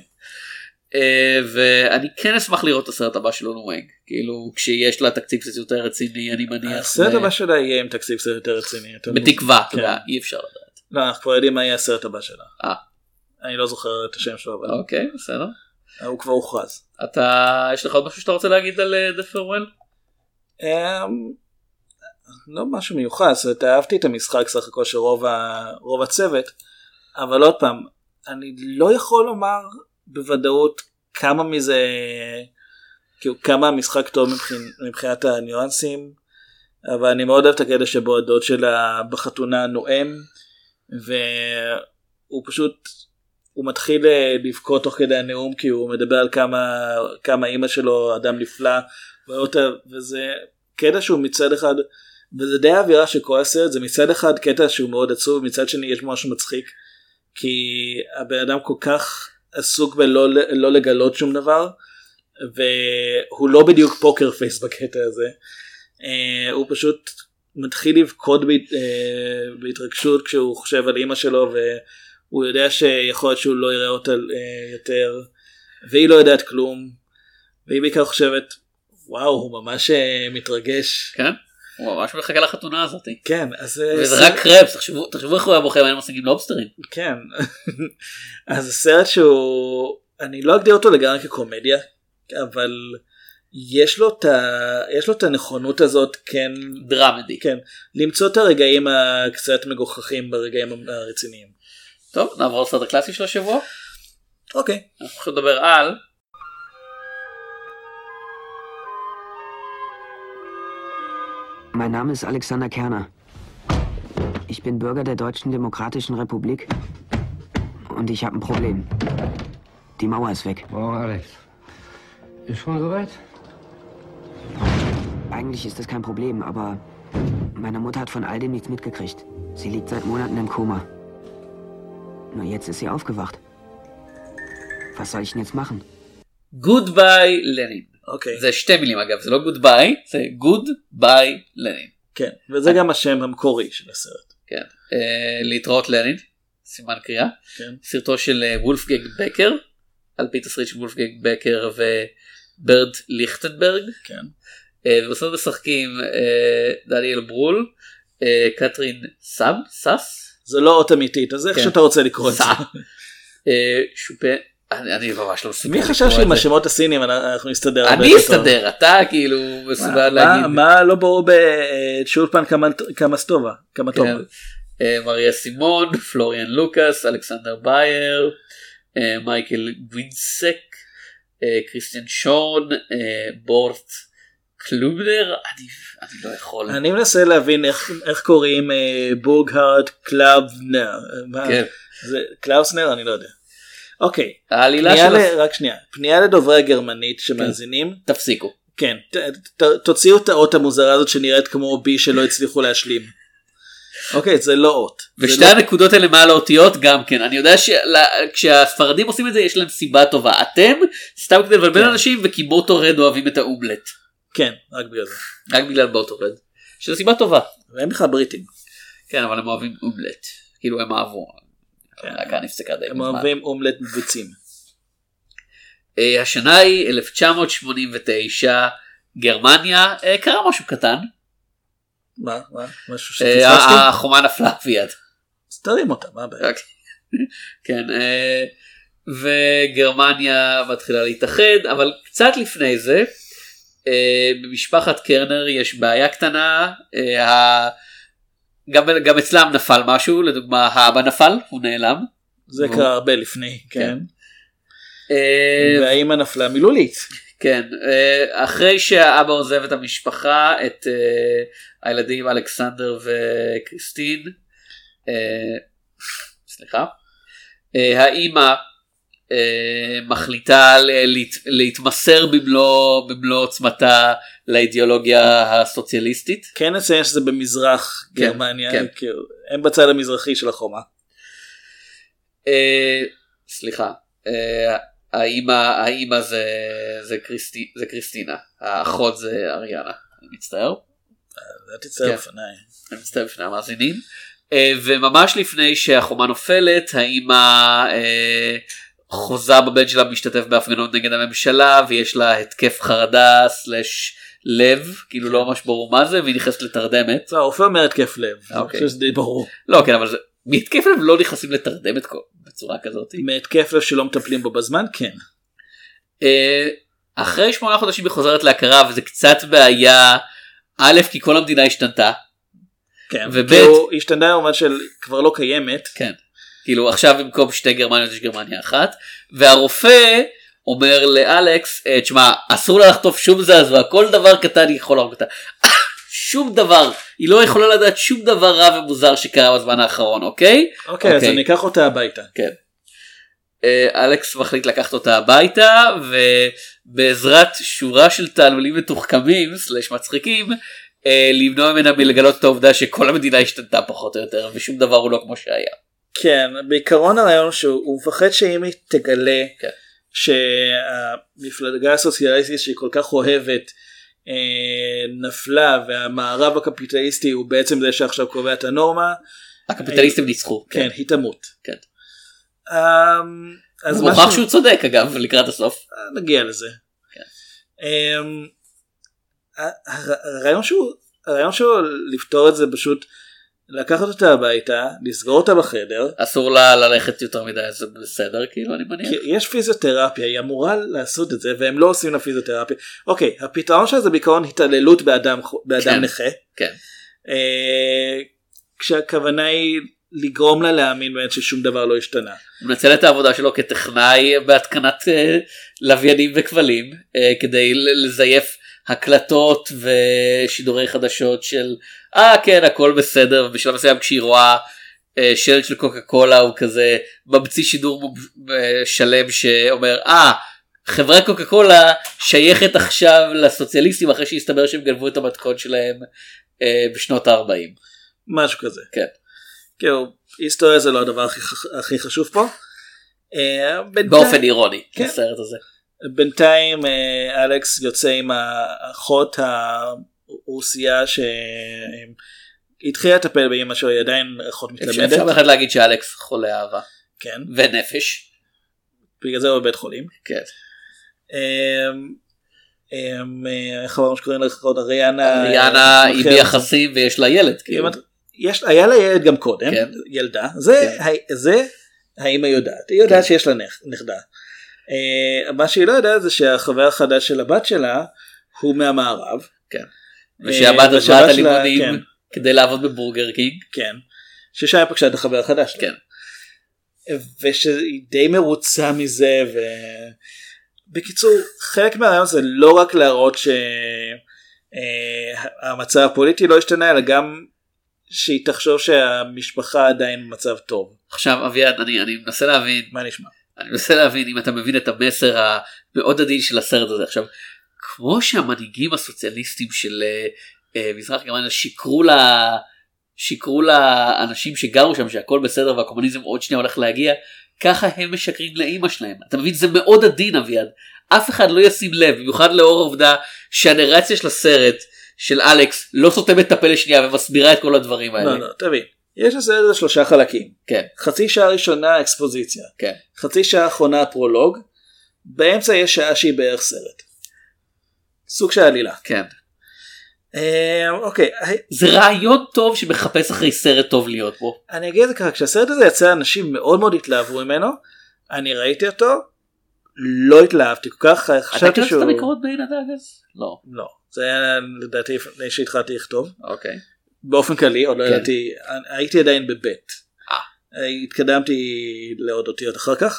ואני כן אשמח לראות את הסרט הבא של לולו וונג, כאילו כשיש לה תקציב קצת יותר רציני, אני מניח. הסרט הבא שלה יהיה עם תקציב קצת יותר רציני. בתקווה, אי אפשר לדעת. לא, אנחנו כבר יודעים מה יהיה הסרט הבא שלה. אני לא זוכר את השם שלו. אוקיי, בסדר. הוא כבר הוכרז. אתה, יש לך עוד משהו שאתה רוצה להגיד על The Farewell? לא משהו מיוחד, אהבתי את המשחק סך הכל של רוב הצוות, אבל עוד פעם, אני לא יכול לומר בוודאות כמה מזה, כאילו כמה המשחק טוב מבחינת הניואנסים, אבל אני מאוד אוהב את הקטע שבו הדוד שלה בחתונה נואם, והוא פשוט, הוא מתחיל לבכות תוך כדי הנאום, כי הוא מדבר על כמה, כמה אמא שלו אדם נפלא, וזה קטע שהוא מצד אחד, וזה די האווירה של כל הסרט, זה מצד אחד קטע שהוא מאוד עצוב, מצד שני יש משהו מצחיק, כי הבן אדם כל כך עסוק בלא לא לגלות שום דבר, והוא לא בדיוק פוקר פייס בקטע הזה, הוא פשוט מתחיל לבכות בהתרגשות כשהוא חושב על אמא שלו, והוא יודע שיכול להיות שהוא לא יראה אותה יותר, והיא לא יודעת כלום, והיא בעיקר חושבת, וואו, הוא ממש מתרגש. כן? הוא ממש מחכה לחתונה הזאת. כן, אז... וזה רק קרבס, תחשבו, תחשבו איך הוא היה בוחר, היינו משיגים לובסטרים. כן. אז הסרט שהוא, אני לא אגדיר אותו לגמרי כקומדיה, אבל יש לו את ה... יש לו את הנכונות הזאת, כן... דרמדי. כן. למצוא את הרגעים הקצת מגוחכים ברגעים הרציניים. טוב, נעבור לסרט הקלאסי של השבוע. אוקיי. אנחנו יכולים לדבר על... Mein Name ist Alexander Kerner. Ich bin Bürger der Deutschen Demokratischen Republik und ich habe ein Problem. Die Mauer ist weg. Oh, Alex. Ist schon soweit? Ein eigentlich ist das kein Problem, aber meine Mutter hat von all dem nichts mitgekriegt. Sie liegt seit Monaten im Koma. Nur jetzt ist sie aufgewacht. Was soll ich denn jetzt machen? Goodbye לנין. אוקיי. זה שתי מילים אגב, זה לא goodbye, זה goodbye לנין. כן, וזה גם השם המקורי של הסרט. כן. אה, להתראות לנין, סימן קריאה. כן. סרטו של אה, וולפגנג בקר, על פי תסריט של וולפגנג בקר וברט ליכטנברג. כן. אה, ובסרט משחקים אה, דניאל ברול, אה, קטרין סאב, סאס. זה לא אות אמיתית, אז איך כן. שאתה רוצה לקרוא את זה. אה, שופה, אני, אני ממש לא מסוגל מי לקרוא חשב את שעם זה. השמות הסינים אנחנו נסתדר? הרבה אני יותר טוב? אסתדר, אתה כאילו מסוגל מה- להגיד. מה לא ברור בשולפן קמסטובה? קמטובה. כן. אה, מריה סימון, פלוריאן לוקאס, אלכסנדר בייר, אה, מייקל גווינסק, אה, קריסטיאן שון, אה, בורט קלובנר, אני, אני לא יכול. אני מנסה להבין איך, איך קוראים אה, בורגהרד קלאבנר. מה? כן. זה קלאוסנר? אני לא יודע. אוקיי. העלילה פנייה של... ל... רק שנייה. פנייה לדוברי הגרמנית שמאזינים. תפסיקו. כן. ת, ת, תוציאו את האות המוזרה הזאת שנראית כמו בי שלא הצליחו להשלים. אוקיי, זה לא אות. זה ושתי לא... הנקודות האלה מעל האותיות גם כן. אני יודע שכשהספרדים עושים את זה יש להם סיבה טובה. אתם סתם כדי לבלבל כן. אנשים וקיבוטו רד אוהבים את האומלט. כן, רק בגלל זה. רק בגלל באוטו רד. שזו סיבה טובה. והם בכלל בריטים. כן, אבל הם אוהבים אומלט. כאילו הם אהבו. רק כאן נפסקה די הם מזמן. אוהבים אומלט מבוצים. אה, השנה היא אלף תשע מאות שמונים ותשע, גרמניה, אה, קרה משהו קטן. מה? מה? משהו אה, שפספסתי? החומה נפלה ביד. אז תרים אותה, מה הבעיה? כן, אה, וגרמניה מתחילה להתאחד, אבל קצת לפני זה, אה, במשפחת קרנר יש בעיה קטנה, אה, ה- גם, גם אצלם נפל משהו, לדוגמה האבא נפל, הוא נעלם. זה קרה הרבה לפני, כן. אה, והאמא נפלה מילולית. כן, אה, אחרי שהאבא עוזב את המשפחה, את אה, הילדים אלכסנדר וקריסטין, אה, סליחה, אה, האמא אה, מחליטה ל- להת- להתמסר במלוא, במלוא עוצמתה לאידיאולוגיה הסוציאליסטית. כן נציין שזה במזרח כן, גרמניה, כן. כאילו, הם בצד המזרחי של החומה. אה, סליחה, אה, האמא, האמא זה, זה, קריסטי, זה קריסטינה, האחות זה אריאנה, אני מצטער. זה תצטער כן. בפניי. אני מצטער בפני המאזינים. אה, וממש לפני שהחומה נופלת, האמא אה, חוזה בבן שלה משתתף בהפגנות נגד הממשלה, ויש לה התקף חרדה סלש לב, כאילו לא ממש ברור מה זה, והיא נכנסת לתרדמת. זה הרופא אומר התקף לב, אני אוקיי. חושב שזה די ברור. לא, כן, אבל זה, מהתקף לב לא נכנסים לתרדמת בצורה כזאת. מהתקף לב שלא מטפלים בו בזמן, כן. אה, אחרי שמונה חודשים היא חוזרת להכרה, וזה קצת בעיה, א', כי כל המדינה השתנתה. כן, ובית- כאילו השתנה במובן של כבר לא קיימת. כן. כאילו עכשיו במקום שתי גרמניות יש גרמניה אחת, והרופא אומר לאלכס, "אה, תשמע, אסור לה לחטוף שום זעזוע, כל דבר קטן היא יכולה להרוג אותה. שום דבר, היא לא יכולה לדעת שום דבר רע ומוזר שקרה בזמן האחרון, אוקיי? אוקיי, אז אני אקח אותה הביתה. כן. אה, אלכס מחליט לקחת אותה הביתה, ובעזרת שורה של תעלולים מתוחכמים, סלש מצחיקים, אה, למנוע ממנה מלגלות את העובדה שכל המדינה השתנתה פחות או יותר, ושום דבר הוא לא כמו שהיה. כן, בעיקרון הרעיון שהוא מפחד שאם היא תגלה כן. שהמפלגה הסוציאליסטית שהיא כל כך אוהבת אה, נפלה, והמערב הקפיטליסטי הוא בעצם זה שעכשיו קובע את הנורמה, הקפיטליסטים ניצחו. כן, היא תמות. כן. אמ, אז הוא מוכח שהוא צודק אגב לקראת הסוף. נגיע לזה. כן. אמ, ה- הר- הרעיון שהוא, הרעיון שלו לפתור את זה פשוט לקחת אותה הביתה, לסגור אותה בחדר. אסור לה ללכת יותר מדי, אז זה בסדר כאילו אני מניח. כי יש פיזיותרפיה, היא אמורה לעשות את זה והם לא עושים לה פיזיותרפיה. אוקיי, הפתרון של זה בעיקרון התעללות באדם, באדם כן. נכה. כן. אה, כשהכוונה היא לגרום לה להאמין באמת ששום דבר לא השתנה. הוא מנצל את העבודה שלו כטכנאי בהתקנת אה, לוויינים וכבלים, אה, כדי ל- לזייף הקלטות ושידורי חדשות של אה כן הכל בסדר, ובשלב מסוים כשהיא רואה אה, שלט של קוקה קולה הוא כזה ממציא שידור מוב- אה, שלם שאומר אה חברת קוקה קולה שייכת עכשיו לסוציאליסטים אחרי שהסתבר שהם גנבו את המתכון שלהם אה, בשנות ה-ארבעים. משהו כזה. כן. כאילו, היסטוריה זה לא הדבר הכי, הכי חשוב פה. אה, בינתיים, באופן אירוני, כן. הסרט הזה. בינתיים אה, אלכס יוצא עם האחות הרוסיה שהתחילה לטפל באמא שלו, היא עדיין אחות מתלמדת. אפשר בהחלט להגיד שאלכס חולה אהבה. כן. ונפש. בגלל זה הוא בבית חולים. כן. איך אמרנו שקוראים לך עוד אריאנה? אריאנה היא ביחסים ויש לה ילד. יש, היה לה ילד גם קודם, ילדה. זה האמא יודעת. היא יודעת שיש לה נכדה. מה שהיא לא יודעת זה שהחבר החדש של הבת שלה הוא מהמערב. כן. ושהבת עזבה את הלימודים כדי לעבוד בבורגר קינג. כן. ששם פגשה את החבר החדש. כן. ושהיא די מרוצה מזה. ובקיצור, חלק מהרעיון זה לא רק להראות שהמצב הפוליטי לא השתנה, אלא גם שהיא תחשוב שהמשפחה עדיין במצב טוב. עכשיו אביעד, אני, אני מנסה להבין. מה נשמע? אני מנסה להבין אם אתה מבין את המסר המאוד עדין של הסרט הזה. עכשיו, כמו שהמנהיגים הסוציאליסטים של uh, מזרח גרמניה שיקרו לה, שיקרו לאנשים שגרו שם שהכל בסדר והקומוניזם עוד שנייה הולך להגיע, ככה הם משקרים לאמא שלהם. אתה מבין? זה מאוד עדין אביעד. אף אחד לא ישים לב, במיוחד לאור העובדה שהנרציה של הסרט של אלכס לא סותמת את הפה לשנייה ומסבירה את כל הדברים האלה. לא, לא, תבין. יש לסרט הזה שלושה חלקים. כן. חצי שעה ראשונה אקספוזיציה. כן. חצי שעה אחרונה פרולוג. באמצע יש שעה שהיא בערך סרט. סוג של עלילה. כן. אה, אוקיי. זה רעיון טוב שמחפש אחרי סרט טוב להיות בו. אני אגיד את זה ככה, כשהסרט הזה יצא אנשים מאוד מאוד התלהבו ממנו. אני ראיתי אותו. לא התלהבתי כל כך. אתה קראת את המקורות בעין הדג אז? לא. לא. זה היה לדעתי לפני שהתחלתי לכתוב. אוקיי. באופן כללי, עוד לא ידעתי, הייתי עדיין בבית. התקדמתי לעוד אותיות אחר כך.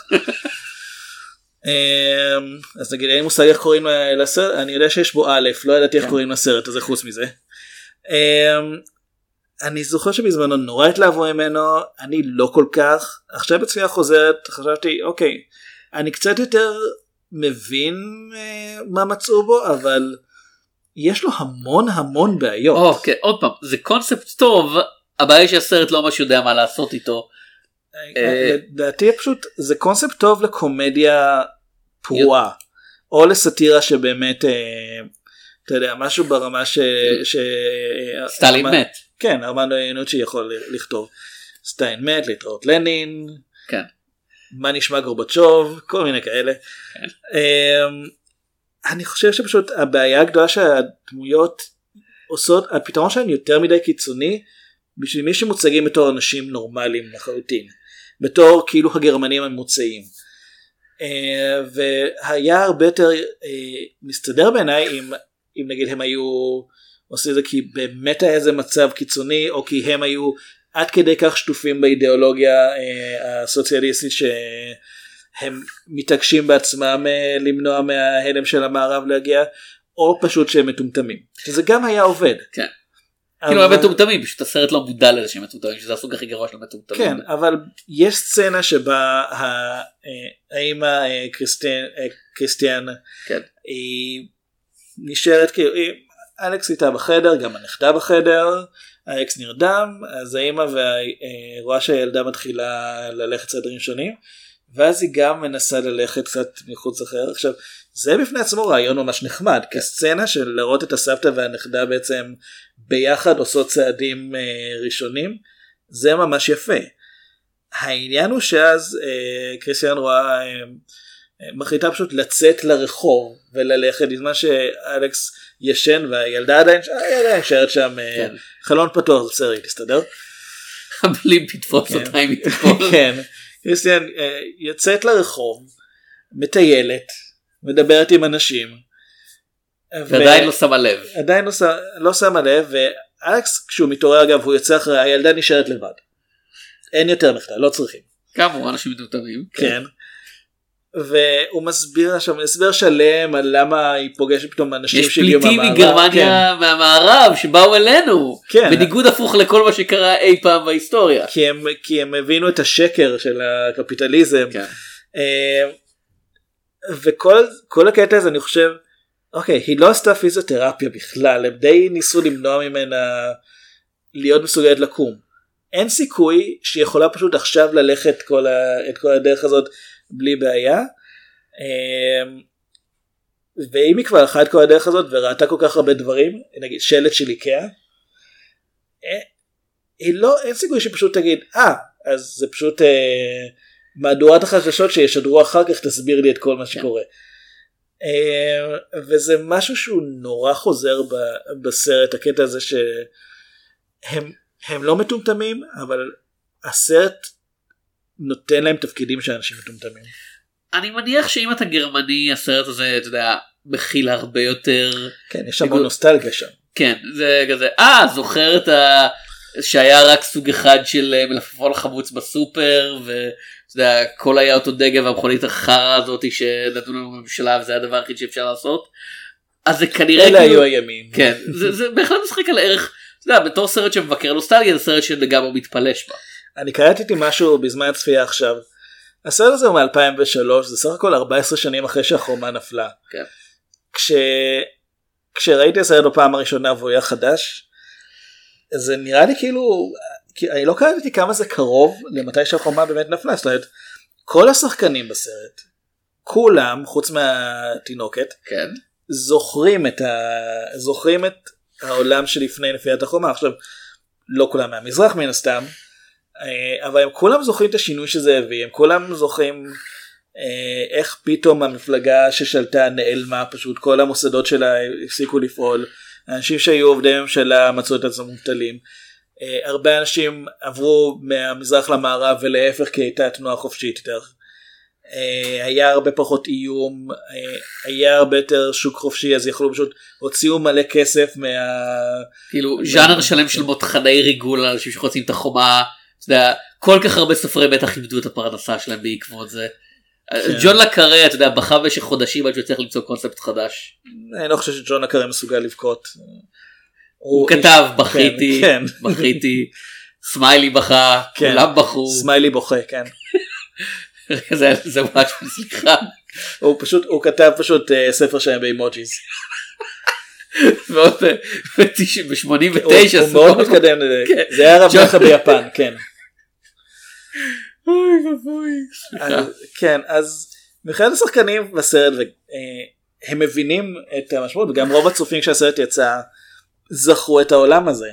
אז נגיד, אין מושג איך קוראים לסרט, אני יודע שיש בו א', לא ידעתי איך קוראים לסרט הזה חוץ מזה. אני זוכר שבזמנו נורא התלהבו ממנו, אני לא כל כך. עכשיו בצפייה חוזרת, חשבתי, אוקיי, אני קצת יותר מבין מה מצאו בו, אבל יש לו המון המון בעיות. אוקיי, עוד פעם, זה קונספט טוב, הבעיה היא שהסרט לא ממש יודע מה לעשות איתו. לדעתי פשוט, זה קונספט טוב לקומדיה פרועה, או לסאטירה שבאמת, אתה יודע, משהו ברמה ש... סטלין מת. כן, ארמנדו ינוצ'י יכול לכתוב. סטלין מת, להתראות לנין. כן. מה נשמע גורבצ'וב, כל מיני כאלה. כן. אני חושב שפשוט הבעיה הגדולה שהדמויות עושות, הפתרון שלהם יותר מדי קיצוני, בשביל מי שמוצגים בתור אנשים נורמליים לחלוטין, בתור כאילו הגרמנים הממוצעים. והיה הרבה יותר מסתדר בעיניי אם, אם נגיד הם היו עושים את זה כי באמת היה איזה מצב קיצוני, או כי הם היו עד כדי כך שטופים באידיאולוגיה הסוציאליסטית שהם מתעקשים בעצמם למנוע מההלם של המערב להגיע, או פשוט שהם מטומטמים. שזה גם היה עובד. כן. כאילו הם מטומטמים, פשוט הסרט לא מודע לזה שהם מטומטמים, שזה הסוג הכי גרוע של מטומטמים. כן, אבל יש סצנה שבה האמא קריסטיאן היא נשארת כאילו, אלכס איתה בחדר, גם הנכדה בחדר, אלכס נרדם, אז האמא רואה שהילדה מתחילה ללכת סדרים שונים, ואז היא גם מנסה ללכת קצת מחוץ אחר. עכשיו, זה בפני עצמו רעיון ממש נחמד, כסצנה של לראות את הסבתא והנכדה בעצם ביחד עושות צעדים ראשונים, זה ממש יפה. העניין הוא שאז קריסטיאן רואה, מחליטה פשוט לצאת לרחוב וללכת, בזמן שאלכס ישן והילדה עדיין נשארת שם, חלון פתוח, זה סרט, תסתדר. בלי פתפוס אותה עם תתפול. כן, קריסטיאן יוצאת לרחוב, מטיילת, מדברת עם אנשים. ועדיין לא שמה לב. עדיין לא שמה לב, ואלכס כשהוא מתעורר אגב, הוא יוצא אחרי, הילדה נשארת לבד. אין יותר נכדה, לא צריכים. כמה אנשים מטומטמים. כן. והוא מסביר שם, הסבר שלם על למה היא פוגשת פתאום אנשים שהגיעו מהמערב. יש פליטים מגרמניה מהמערב שבאו אלינו. בניגוד הפוך לכל מה שקרה אי פעם בהיסטוריה. כי הם, כי הם הבינו את השקר של הקפיטליזם. וכל כל הקטע הזה אני חושב, אוקיי, היא לא עשתה פיזיותרפיה בכלל, הם די ניסו למנוע ממנה להיות מסוגלת לקום. אין סיכוי שהיא יכולה פשוט עכשיו ללכת כל ה, את כל הדרך הזאת בלי בעיה. ואם היא כבר הלכה את כל הדרך הזאת וראתה כל כך הרבה דברים, נגיד שלט של איקאה, היא לא, אין סיכוי שפשוט תגיד, אה, אז זה פשוט אה, מהדורת החדשות שישדרו אחר כך תסביר לי את כל מה שקורה. אה, וזה משהו שהוא נורא חוזר ב, בסרט, הקטע הזה שהם הם לא מטומטמים, אבל הסרט נותן להם תפקידים שאנשים מטומטמים. אני מניח שאם אתה גרמני, הסרט הזה, אתה יודע, מכיל הרבה יותר... כן, יש המון נוסטלגיה שם. כן, זה כזה, אה, זוכר את ה... שהיה רק סוג אחד של מלפפון חמוץ בסופר, ואתה יודע, כל היה אותו דגל והמכונית החרה הזאת שנתנו לנו בממשלה, וזה הדבר הכי שאפשר לעשות. אז זה כנראה... אלה היו הימים. כן, זה, זה בהחלט משחק על ערך, אתה יודע, בתור סרט שמבקר נוסטלגיה, זה סרט שלגמרי מתפלש בה. אני קראתי איתי משהו בזמן הצפייה עכשיו, הסרט הזה הוא מ-אלפיים ושלוש, זה סך הכל ארבע עשרה שנים אחרי שהחומה נפלה. כן. כש... כשראיתי הסרט בפעם הראשונה והוא היה חדש, זה נראה לי כאילו, אני לא קראתי כמה זה קרוב למתי שהחומה באמת נפלה, זאת אומרת, כל השחקנים בסרט, כולם, חוץ מהתינוקת, כן. זוכרים את, ה... זוכרים את העולם שלפני נפיית החומה. עכשיו, לא כולם מהמזרח מן הסתם, אבל הם כולם זוכרים את השינוי שזה הביא, הם כולם זוכרים איך פתאום המפלגה ששלטה נעלמה, פשוט כל המוסדות שלה הפסיקו לפעול, אנשים שהיו עובדי ממשלה מצאו את עצמם מובטלים, הרבה אנשים עברו מהמזרח למערב ולהפך כי הייתה תנועה חופשית יותר, היה הרבה פחות איום, היה הרבה יותר שוק חופשי, אז יכלו פשוט הוציאו מלא כסף מה... כאילו ז'אנר שלם של מותחני ריגול, אנשים שחוצים את החומה, אתה יודע, כל כך הרבה סופרי בטח איבדו את הפרנסה שלהם בעקבות זה. ג'ון לקארה, אתה יודע, בכה במשך חודשים עד שהוא צריך למצוא קונספט חדש. אני לא חושב שג'ון לקארה מסוגל לבכות. הוא כתב, בכיתי, בכיתי, סמיילי בכה, כולם בכו. סמיילי בוכה, כן. זה ממש סליחה. הוא פשוט, הוא כתב פשוט ספר שלהם באימוג'יז. ב-שמונים ותשע הוא מאוד מתקדם, זה היה רב מלכה ביפן, כן. אוי ובוי, כן, אז מבחינת השחקנים בסרט, הם מבינים את המשמעות, וגם רוב הצופים כשהסרט יצא זכרו את העולם הזה.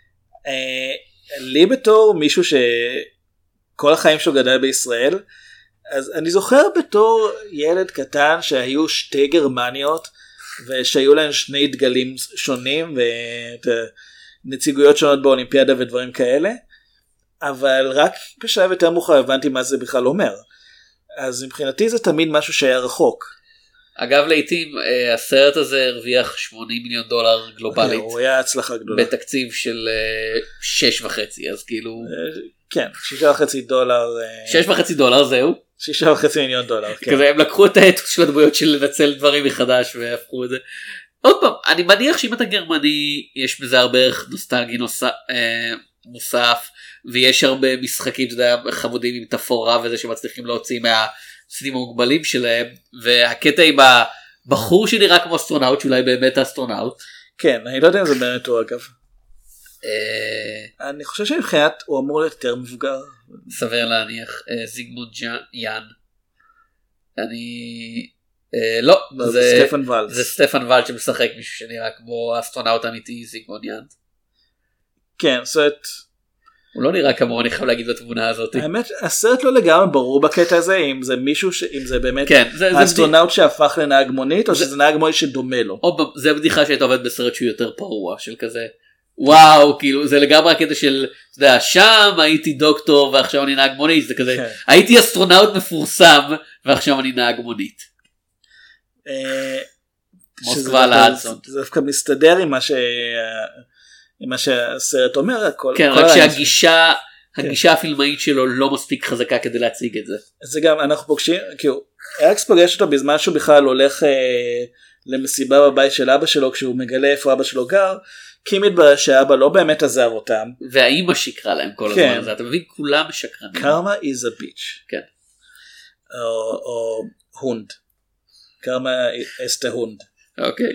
לי בתור מישהו שכל החיים שלו גדל בישראל, אז אני זוכר בתור ילד קטן שהיו שתי גרמניות ושהיו להן שני דגלים שונים ונציגויות שונות באולימפיאדה ודברים כאלה, אבל רק בשלב יותר מאוחר הבנתי מה זה בכלל אומר. אז מבחינתי זה תמיד משהו שהיה רחוק. אגב, לעתים הסרט הזה הרוויח שמונים מיליון דולר גלובלית. הוא היה הצלחה גדולה. בתקציב של שש וחצי, אז כאילו... כן, שישה וחצי דולר. שש וחצי דולר זהו. שישה וחצי מיליון דולר. כזה הם לקחו את האתוס של הדמויות של לנצל דברים מחדש והפכו את זה. עוד פעם, אני מניח שאם אתה גרמני יש בזה הרבה ערך נוסטלגי מוסף, ויש הרבה משחקים, אתה יודע, חמודים עם תפאורה וזה שמצליחים להוציא מהסדים המוגבלים שלהם, והקטע עם הבחור שנראה כמו אסטרונאוט, שאולי באמת אסטרונאוט. כן, אני לא יודע אם זה באמת הוא אגב. אני חושב שמבחינת הוא אמור להיות יותר מבוגר. סביר להניח. זיגמונד יאן. אני... לא, זה סטפן ולץ. זה סטפן ולץ שמשחק מישהו שנראה כמו אסטרונאוט אמיתי, זיגמונד יאן. כן, סרט... הוא לא נראה כמו, אני חייב להגיד בתמונה הזאת. האמת, הסרט לא לגמרי ברור בקטע הזה, אם זה מישהו, אם זה באמת האסטרונאוט שהפך לנהג מונית, או שזה נהג מונית שדומה לו. זה בדיחה שהייתה עובד בסרט שהוא יותר פרוע, של כזה, וואו, כאילו, זה לגמרי הקטע של, אתה יודע, שם הייתי דוקטור, ועכשיו אני נהג מונית, זה כזה, הייתי אסטרונאוט מפורסם, ועכשיו אני נהג מונית. מוסקבה להדסון. זה דווקא מסתדר עם מה ש... מה שהסרט אומר, כל, כן, כל רק שהגישה, הגישה כן. הפילמאית שלו לא מספיק חזקה כדי להציג את זה. זה גם, אנחנו פוגשים, כאילו, אקס פוגש אותו בזמן שהוא בכלל הולך אה, למסיבה בבית של אבא שלו, כשהוא מגלה איפה אבא שלו גר, כי מתברר שהאבא לא באמת עזב אותם. והאימא שקרה להם כל כן. הזמן הזה, אתה מבין, כולם שקרנים. קרמה is a bitch. כן. או, או הונד. קרמה אסטהונד. אוקיי.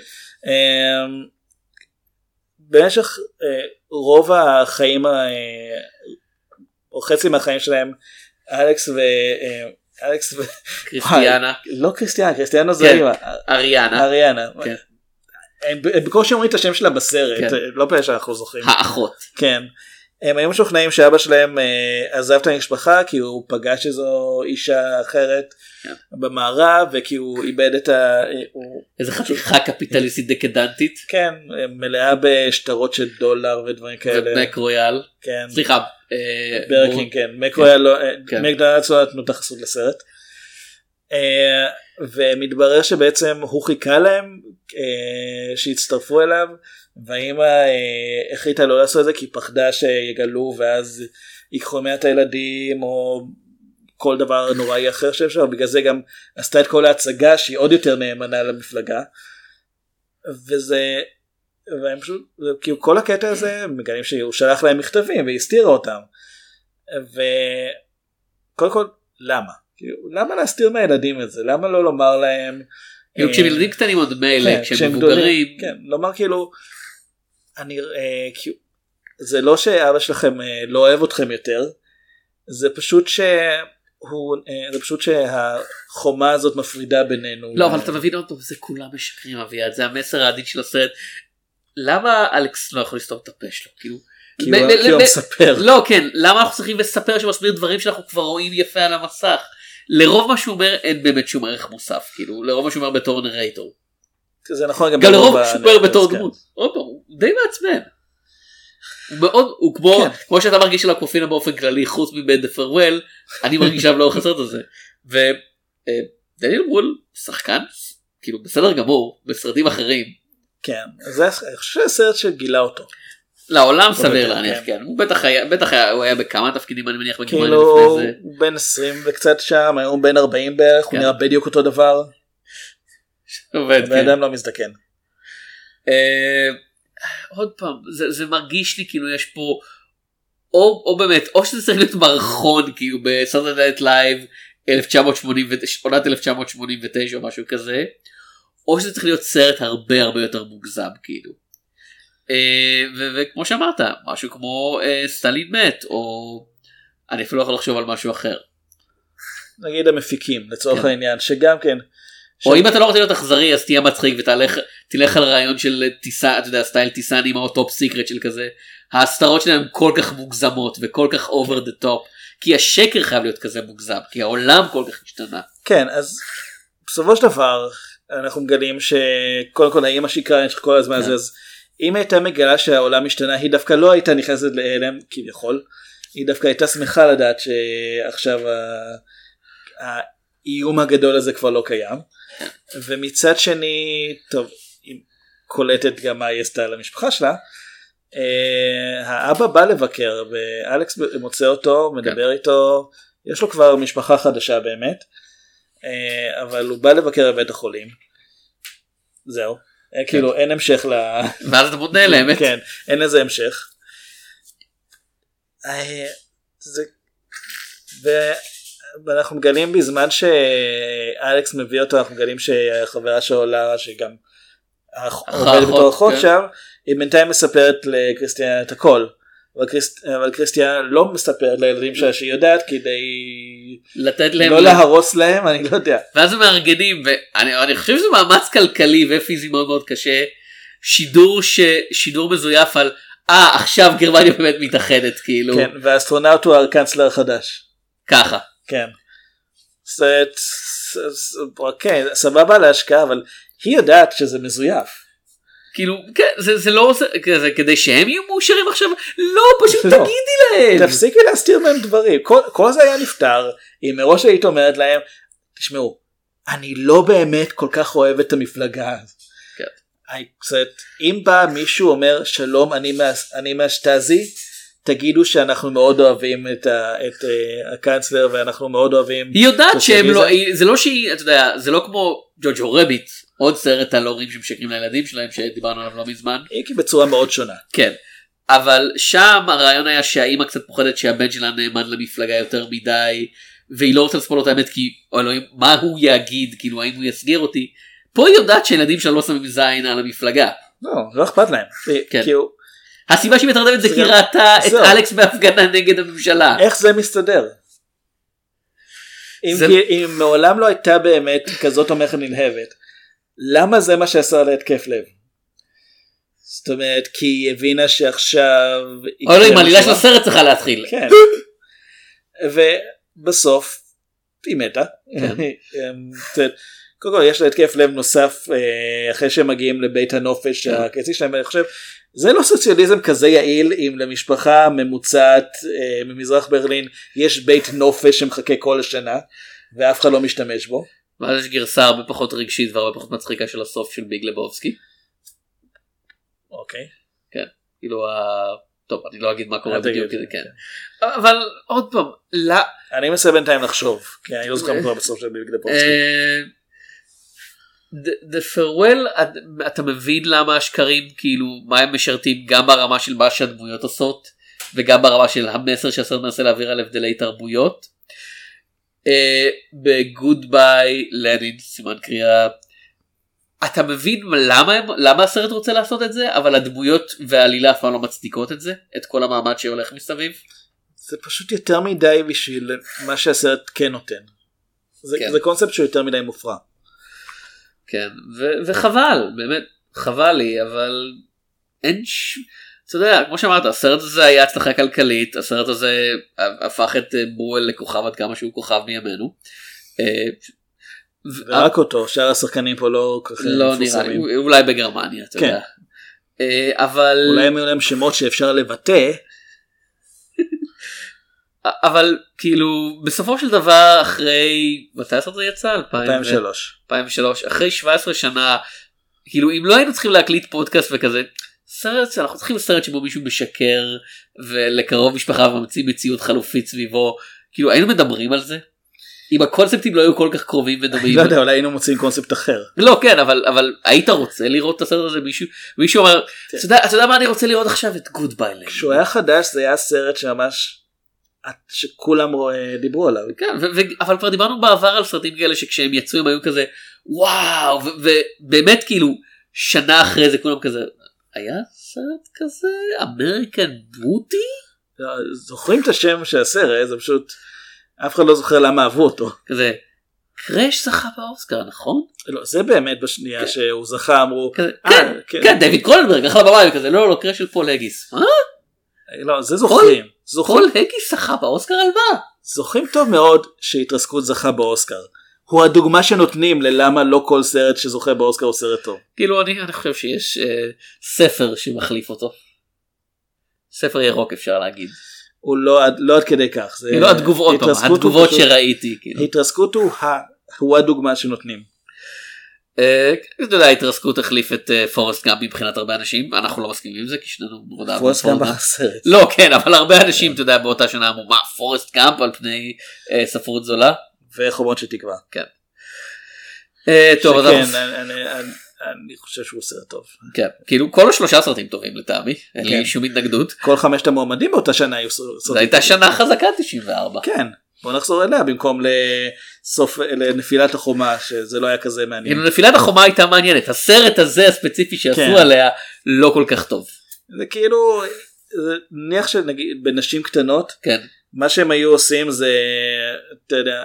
במשך רוב החיים, או חצי מהחיים שלהם, אלכס ו... אלכס ו... קריסטיאנה. לא קריסטיאנה, קריסטיאנה זה אימא. אריאנה. אריאנה. כן. הם בקושי אומרים את השם שלה בסרט, לא פעם שאנחנו זוכרים. האחות. כן. הם היו משוכנעים שאבא שלהם עזב את המשפחה כי הוא פגש איזו אישה אחרת במערב וכי הוא איבד את ה... איזה חתיכה קפיטליסטית דקדנטית. כן, מלאה בשטרות של דולר ודברים כאלה. ומק רויאל. כן. סליחה. ברקינג, כן. מק רויאל, מקדונלדס לא נתנו את החסות לסרט. ומתברר שבעצם הוא חיכה להם שהצטרפו אליו, והאמא החליטה לא לעשות את זה כי פחדה שיגלו ואז ייקחו מעט הילדים או כל דבר נוראי אחר שאפשר, בגלל זה גם עשתה את כל ההצגה שהיא עוד יותר נאמנה למפלגה, וזה, והם פשוט, כאילו כל הקטע הזה מגלים שהוא שלח להם מכתבים והסתירה אותם, וקודם כל למה? כאילו, למה להסתיר מהילדים את זה? למה לא לומר להם... כשהם ילדים קטנים עוד מילא, כשהם מבוגרים... כן, לומר כאילו, אני, כאילו, זה לא שאבא שלכם לא אוהב אתכם יותר, זה פשוט שהוא, זה פשוט שהחומה הזאת מפרידה בינינו. לא, אבל אתה מבין אותו, זה כולם משקרים אביעד, זה המסר העדין של הסרט. למה אלכס לא יכול לסתום את הפה שלו? כאילו... כי הוא מספר. לא, כן, למה אנחנו צריכים לספר שמסביר דברים שאנחנו כבר רואים יפה על המסך? לרוב מה שהוא אומר אין באמת שום ערך מוסף, כאילו, לרוב מה שהוא אומר בתור נרייטור. זה נכון גם, גם לרוב מה שהוא אומר בתור דמות. הוא די מעצבן. הוא מאוד, הוא כמו, כמו שאתה מרגיש על הקופינה באופן כללי, חוץ מבן דה פרוול, אני מרגיש עליו לאורך הסרט הזה. ודניאל ברול, שחקן, כאילו, בסדר גמור, בסרטים אחרים. כן, זה סרט שגילה אותו. לעולם סביר להניח, כן. הוא בטח היה, בטח היה, הוא היה בכמה תפקידים, אני מניח, בגרמניה לפני זה. הוא בן עשרים וקצת שם, היום הוא בן ארבעים בערך, הוא נראה בדיוק אותו דבר. עובד, כן. ואדם לא מזדקן. עוד פעם, זה מרגיש לי כאילו יש פה, או באמת, או שזה צריך להיות מערכון, כאילו בסרטי נייט לייב, עונת אלף תשע מאות שמונים ותשע או משהו כזה, או שזה צריך להיות סרט הרבה הרבה יותר מוגזם, כאילו. וכמו שאמרת, משהו כמו סטלין מת, או אני אפילו לא יכול לחשוב על משהו אחר. נגיד המפיקים, לצורך העניין, שגם כן. או אם אתה לא רוצה להיות אכזרי, אז תהיה מצחיק ותלך על רעיון של טיסה, אתה יודע, סטייל טיסנים או טופ סיקרט של כזה. ההסתרות שלהם כל כך מוגזמות וכל כך over the top, כי השקר חייב להיות כזה מוגזם, כי העולם כל כך השתנה. כן, אז בסופו של דבר אנחנו מגלים שקודם כל האמא שיקרה כל הזמן הזה, אז אם הייתה מגלה שהעולם משתנה, היא דווקא לא הייתה נכנסת להלם כביכול, היא דווקא הייתה שמחה לדעת שעכשיו האיום הגדול הזה כבר לא קיים. ומצד שני, טוב, היא קולטת גם מה היא עשתה למשפחה שלה, האבא בא לבקר ואלכס מוצא אותו, מדבר איתו, יש לו כבר משפחה חדשה באמת, אבל הוא בא לבקר בבית החולים. זהו. כאילו אין המשך ל... ואז אתה מודה לאמת. כן, אין לזה המשך. זה... ואנחנו מגלים בזמן שאלכס מביא אותו, אנחנו מגלים שהחברה שלו לארה, שגם עובדת בתור אחות שם, היא בינתיים מספרת לקריסטיאנה את הכל. אבל קריסטיאנה לא מספרת לילדים שלה שהיא יודעת כדי לתת להם, לא להרוס להם, אני לא יודע. ואז הם מארגנים, ואני חושב שזה מאמץ כלכלי ופיזי מאוד מאוד קשה, שידור שידור מזויף על אה עכשיו גרמניה באמת מתאחדת כאילו. כן, והאסטרונאוט הוא הקנצלר החדש. ככה. כן. כן, סבבה להשקעה, אבל היא יודעת שזה מזויף. כאילו, כן, זה, זה לא עושה, זה, כדי שהם יהיו מאושרים עכשיו, לא, פשוט לא. תגידי להם. תפסיקי להסתיר מהם דברים, כל, כל זה היה נפטר, אם מראש היית אומרת להם, תשמעו, אני לא באמת כל כך אוהב את המפלגה. כן. אני, קצת, אם בא מישהו אומר, שלום, אני, מה, אני מהשטאזי, תגידו שאנחנו מאוד אוהבים את, ה, את uh, הקנצלר, ואנחנו מאוד אוהבים... היא יודעת שהם לא, זה לא שהיא, אתה יודע, זה לא כמו ג'וג'ו רביט, עוד סרט על הורים שמשקרים לילדים שלהם שדיברנו עליו לא מזמן. היא כי בצורה מאוד שונה. כן, אבל שם הרעיון היה שהאימא קצת פוחדת שהבן שלה נאמן למפלגה יותר מדי, והיא לא רוצה לספול לו את האמת כי אלוהים, מה הוא יגיד, כאילו האם הוא יסגיר אותי. פה היא יודעת שילדים שלה לא שמים זין על המפלגה. לא, לא אכפת להם. כן. כאילו, הסיבה שהיא מתרדמת זה כי ראתה את אלכס בהפגנה נגד הממשלה. איך זה מסתדר? אם, זה... כי, אם מעולם לא הייתה באמת כזאת תומכת נלהבת, למה זה מה שעשה לה התקף לב? זאת אומרת, כי היא הבינה שעכשיו... או לא, עם עלילה של הסרט צריכה להתחיל. כן. ובסוף, היא מתה. כן. קודם כל, יש לה התקף לב נוסף, אחרי שהם מגיעים לבית הנופש הקצי שלהם, אני חושב, זה לא סוציאליזם כזה יעיל, אם למשפחה ממוצעת ממזרח ברלין, יש בית נופש שמחכה כל השנה, ואף אחד לא משתמש בו. ואז יש גרסה הרבה פחות רגשית, והרבה פחות מצחיקה של הסוף של ביג לבובסקי. אוקיי. כן, כאילו, טוב, אני לא אגיד מה קורה בדיוק, כן. אבל עוד פעם, לא... אני מנסה בינתיים לחשוב, כי אני לא זוכר מה קורה בסוף של ביג לבובסקי. The Farewell, אתה מבין למה השקרים, כאילו, מה הם משרתים גם ברמה של מה שהדמויות עושות, וגם ברמה של המסר שהסרט מנסה להעביר על הבדלי תרבויות. ב-Goodbye Lenin, סימן קריאה, אתה מבין למה, למה הסרט רוצה לעשות את זה, אבל הדמויות והעלילה אף פעם לא מצדיקות את זה, את כל המעמד שהולך מסביב. זה פשוט יותר מדי בשביל מה שהסרט כן נותן. זה, כן. זה קונספט שהוא יותר מדי מופרע. כן, ו- וחבל, באמת, חבל לי, אבל אין ש... אתה יודע, כמו שאמרת, הסרט הזה היה הצלחה כלכלית, הסרט הזה הפך את ברואל לכוכב עד כמה שהוא כוכב מימינו. ורק אותו, שאר השחקנים פה לא ככה לא נראה לי, אולי בגרמניה, אתה יודע. אבל... אולי הם היו להם שמות שאפשר לבטא. אבל כאילו בסופו של דבר אחרי מתי הסרט הזה יצא? אלפיים ושלוש. אלפיים ושלוש אחרי שבע עשרה שנה, כאילו אם לא היינו צריכים להקליט פודקאסט וכזה סרט, אנחנו צריכים סרט שבו מישהו משקר ולקרוב משפחה וממציא מציאות חלופית סביבו, כאילו היינו מדברים על זה אם הקונספטים לא היו כל כך קרובים ודומים. לא יודע, אולי היינו מוצאים קונספט אחר. לא, כן, אבל אבל היית רוצה לראות את הסרט הזה? מישהו מישהו אומר, אתה יודע מה אני רוצה לראות עכשיו? את Goodbye Lenin. כשהוא היה חדש זה היה סרט שממש שכולם דיברו עליו. כן, אבל כבר דיברנו בעבר על סרטים כאלה שכשהם יצאו הם היו כזה וואו, ובאמת כאילו שנה אחרי זה כולם כזה, היה סרט כזה אמריקן בוטי? זוכרים את השם של הסרט, זה פשוט אף אחד לא זוכר למה אהבו אותו. כזה קראש זכה באוסקר, נכון? לא, זה באמת בשנייה שהוא זכה אמרו כן, כן, דיוויד קרוננברג אחלה בבית כזה, לא לא קראש של פול הגיס. מה? לא, זה זוכרים. פול הגיס זכה באוסקר על מה? זוכרים טוב מאוד שהתרסקות זכה באוסקר. הוא הדוגמה שנותנים ללמה לא כל סרט שזוכה באוסקר הוא סרט טוב. כאילו אני, אני חושב שיש אה, ספר שמחליף אותו. ספר ירוק אפשר להגיד. הוא לא, לא עד כדי כך. זה, לא התגובות, התגובות פשוט, שראיתי. כאילו. התרסקות הוא, הוא הדוגמה שנותנים. אתה יודע, ההתרסקות החליף את פורסט גאמפ מבחינת הרבה אנשים, אנחנו לא מסכימים עם זה כי שנינו מודע פורסט גאמפ בסרט. לא, כן, אבל הרבה אנשים, אתה יודע, באותה שנה אמרו, מה, פורסט גאמפ על פני ספרות זולה? וחומות של תקווה. כן. טוב, אז אני חושב שהוא סרט טוב. כן, כאילו כל השלושה סרטים טובים לטעמי, אין לי שום התנגדות. כל חמשת המועמדים באותה שנה היו סרטים. זו הייתה שנה חזקה תשעים וארבע. כן. בוא נחזור אליה במקום לסוף, לנפילת החומה, שזה לא היה כזה מעניין. כאילו נפילת החומה הייתה מעניינת, הסרט הזה הספציפי שעשו עליה לא כל כך טוב. זה כאילו, נניח שנגיד בנשים קטנות, כן. מה שהם היו עושים זה, אתה יודע,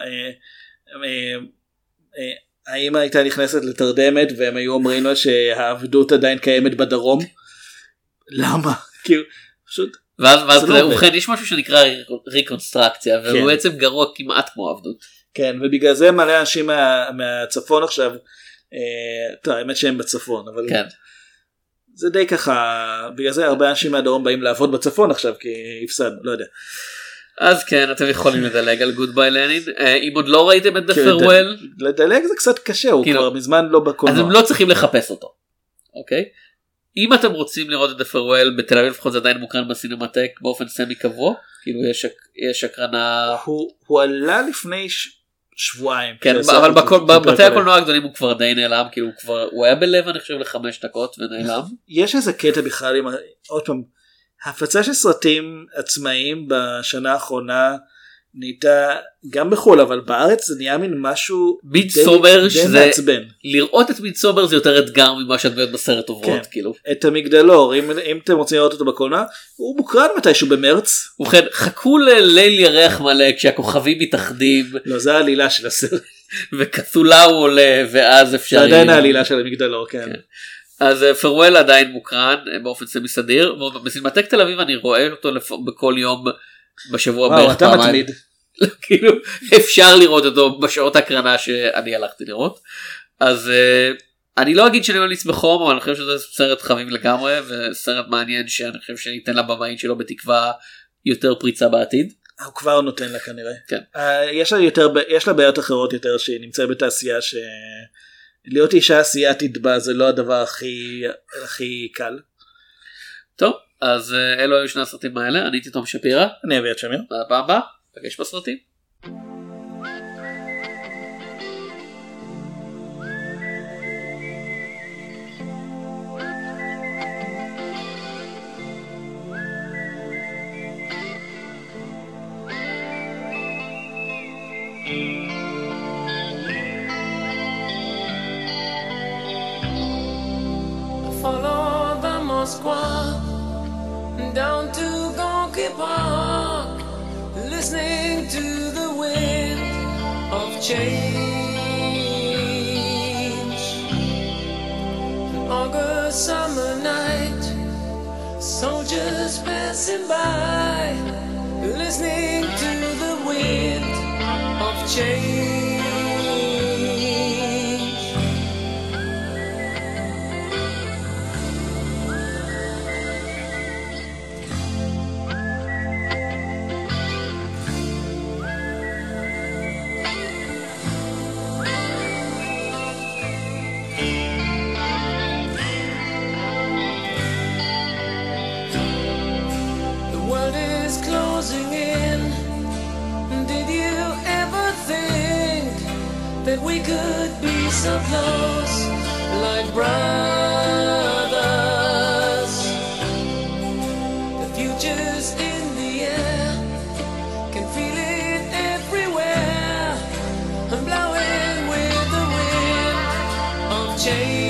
האמא הייתה נכנסת לתרדמת, והם היו אומרים לו שהעבדות עדיין קיימת בדרום. למה? כאילו, פשוט... ואז, ואז כזה, ובכן, יש משהו שנקרא ריקונסטרקציה, והוא בעצם גרוע כמעט כמו עבדות. כן, ובגלל זה מלא אנשים מה, מהצפון עכשיו, אה, טוב, האמת שהם בצפון, אבל כן. זה די ככה, בגלל זה הרבה אנשים מהדרום באים לעבוד בצפון עכשיו, כי הפסדנו, לא יודע. אז כן, אתם יכולים לדלג על Goodbye Lenin, אם עוד לא ראיתם את The Farewell. לדלג זה קצת קשה, הוא כבר מזמן לא בקולנוע. אז הם לא צריכים לחפש אותו, אוקיי? אם אתם רוצים לראות את The Farewell בתל אביב, לפחות זה עדיין מוקרן בסינמטק באופן סמי קבוע, כאילו יש, יש הקרנה... הוא, הוא עלה לפני ש... שבועיים. כן, אבל בבתי הקולנוע הגדולים הוא כבר די נעלם, כאילו הוא כבר, הוא היה בלב אני חושב לחמש דקות ונעלם. יש איזה קטע בכלל עם, עוד פעם, הפצה של סרטים עצמאיים בשנה האחרונה נהייתה גם בחול, אבל בארץ זה נהיה מין משהו מידסומר, שזה מעצבן. לראות את מידסומר זה יותר אתגר ממה שהדמויות בסרט עוברות, כן. כאילו. את המגדלור, אם, אם אתם רוצים לראות אותו בקולנוע, הוא מוקרן מתישהו במרץ. ובכן, חכו לליל ירח מלא כשהכוכבים מתאחדים. לא, זה העלילה של הסרט. וקתולאו עולה, ואז אפשר... זה עדיין העלילה של המגדלור, כן. כן. אז פרוול עדיין מוקרן באופן סמי סדיר, בסינמטק תל אביב אני רואה אותו בכל יום בשבוע בערך. וואו, אתה מתמיד. כאילו אפשר לראות אותו בשעות הקרנה שאני הלכתי לראות. אז אני לא אגיד שאני ממליץ בחום, אבל אני חושב שזה סרט חביב לגמרי, וסרט מעניין שאני חושב שניתן לבמאית שלו בתקווה יותר פריצה בעתיד. הוא כבר נותן לה כנראה. כן. יש לה יותר, יש לה בעיות אחרות יותר שהיא נמצאת בתעשייה ש... להיות אישה אסיאתית בה זה לא הדבר הכי, הכי קל. טוב, אז אלו היו שני הסרטים האלה, אני הייתי תום שפירא. אני אביעד שמיר. בפעם הבאה, פגש בסרטים. Follow the Moskwa down to Gorky Park, listening to the wind of change. An August summer night, soldiers passing by, listening to the wind of change. That we could be so close, like brothers. The future's in the air, can feel it everywhere. I'm blowing with the wind of change.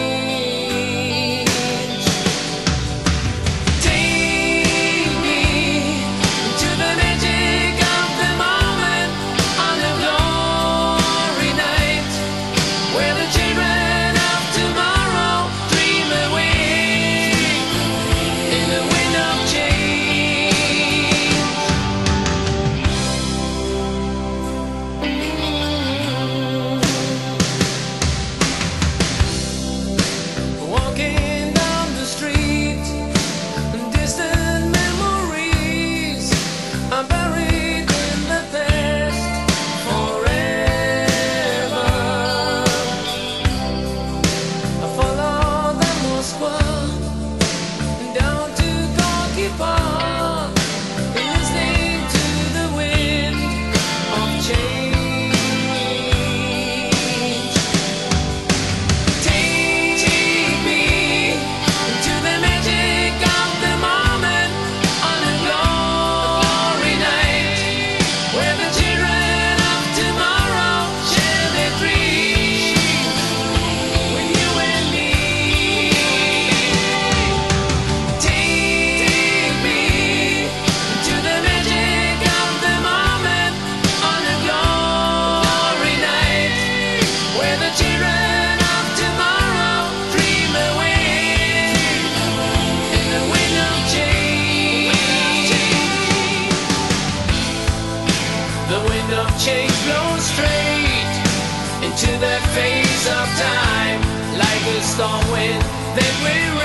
Take me to the magic of the moment on a glory night, where the children of tomorrow dream away in the wind of change. Walking down the street, distant memories are buried in the past forever. I follow the Moskwa down to Gorky Park, listening to the wind of change. Take me to the magic of the moment on a glory night, where the children of tomorrow share their dreams with you and me. Take me to the magic of the moment on a glory night, where the children of tomorrow dream away in the wind of change. The wind of change blows straight into that phase of time, like a storm wind that will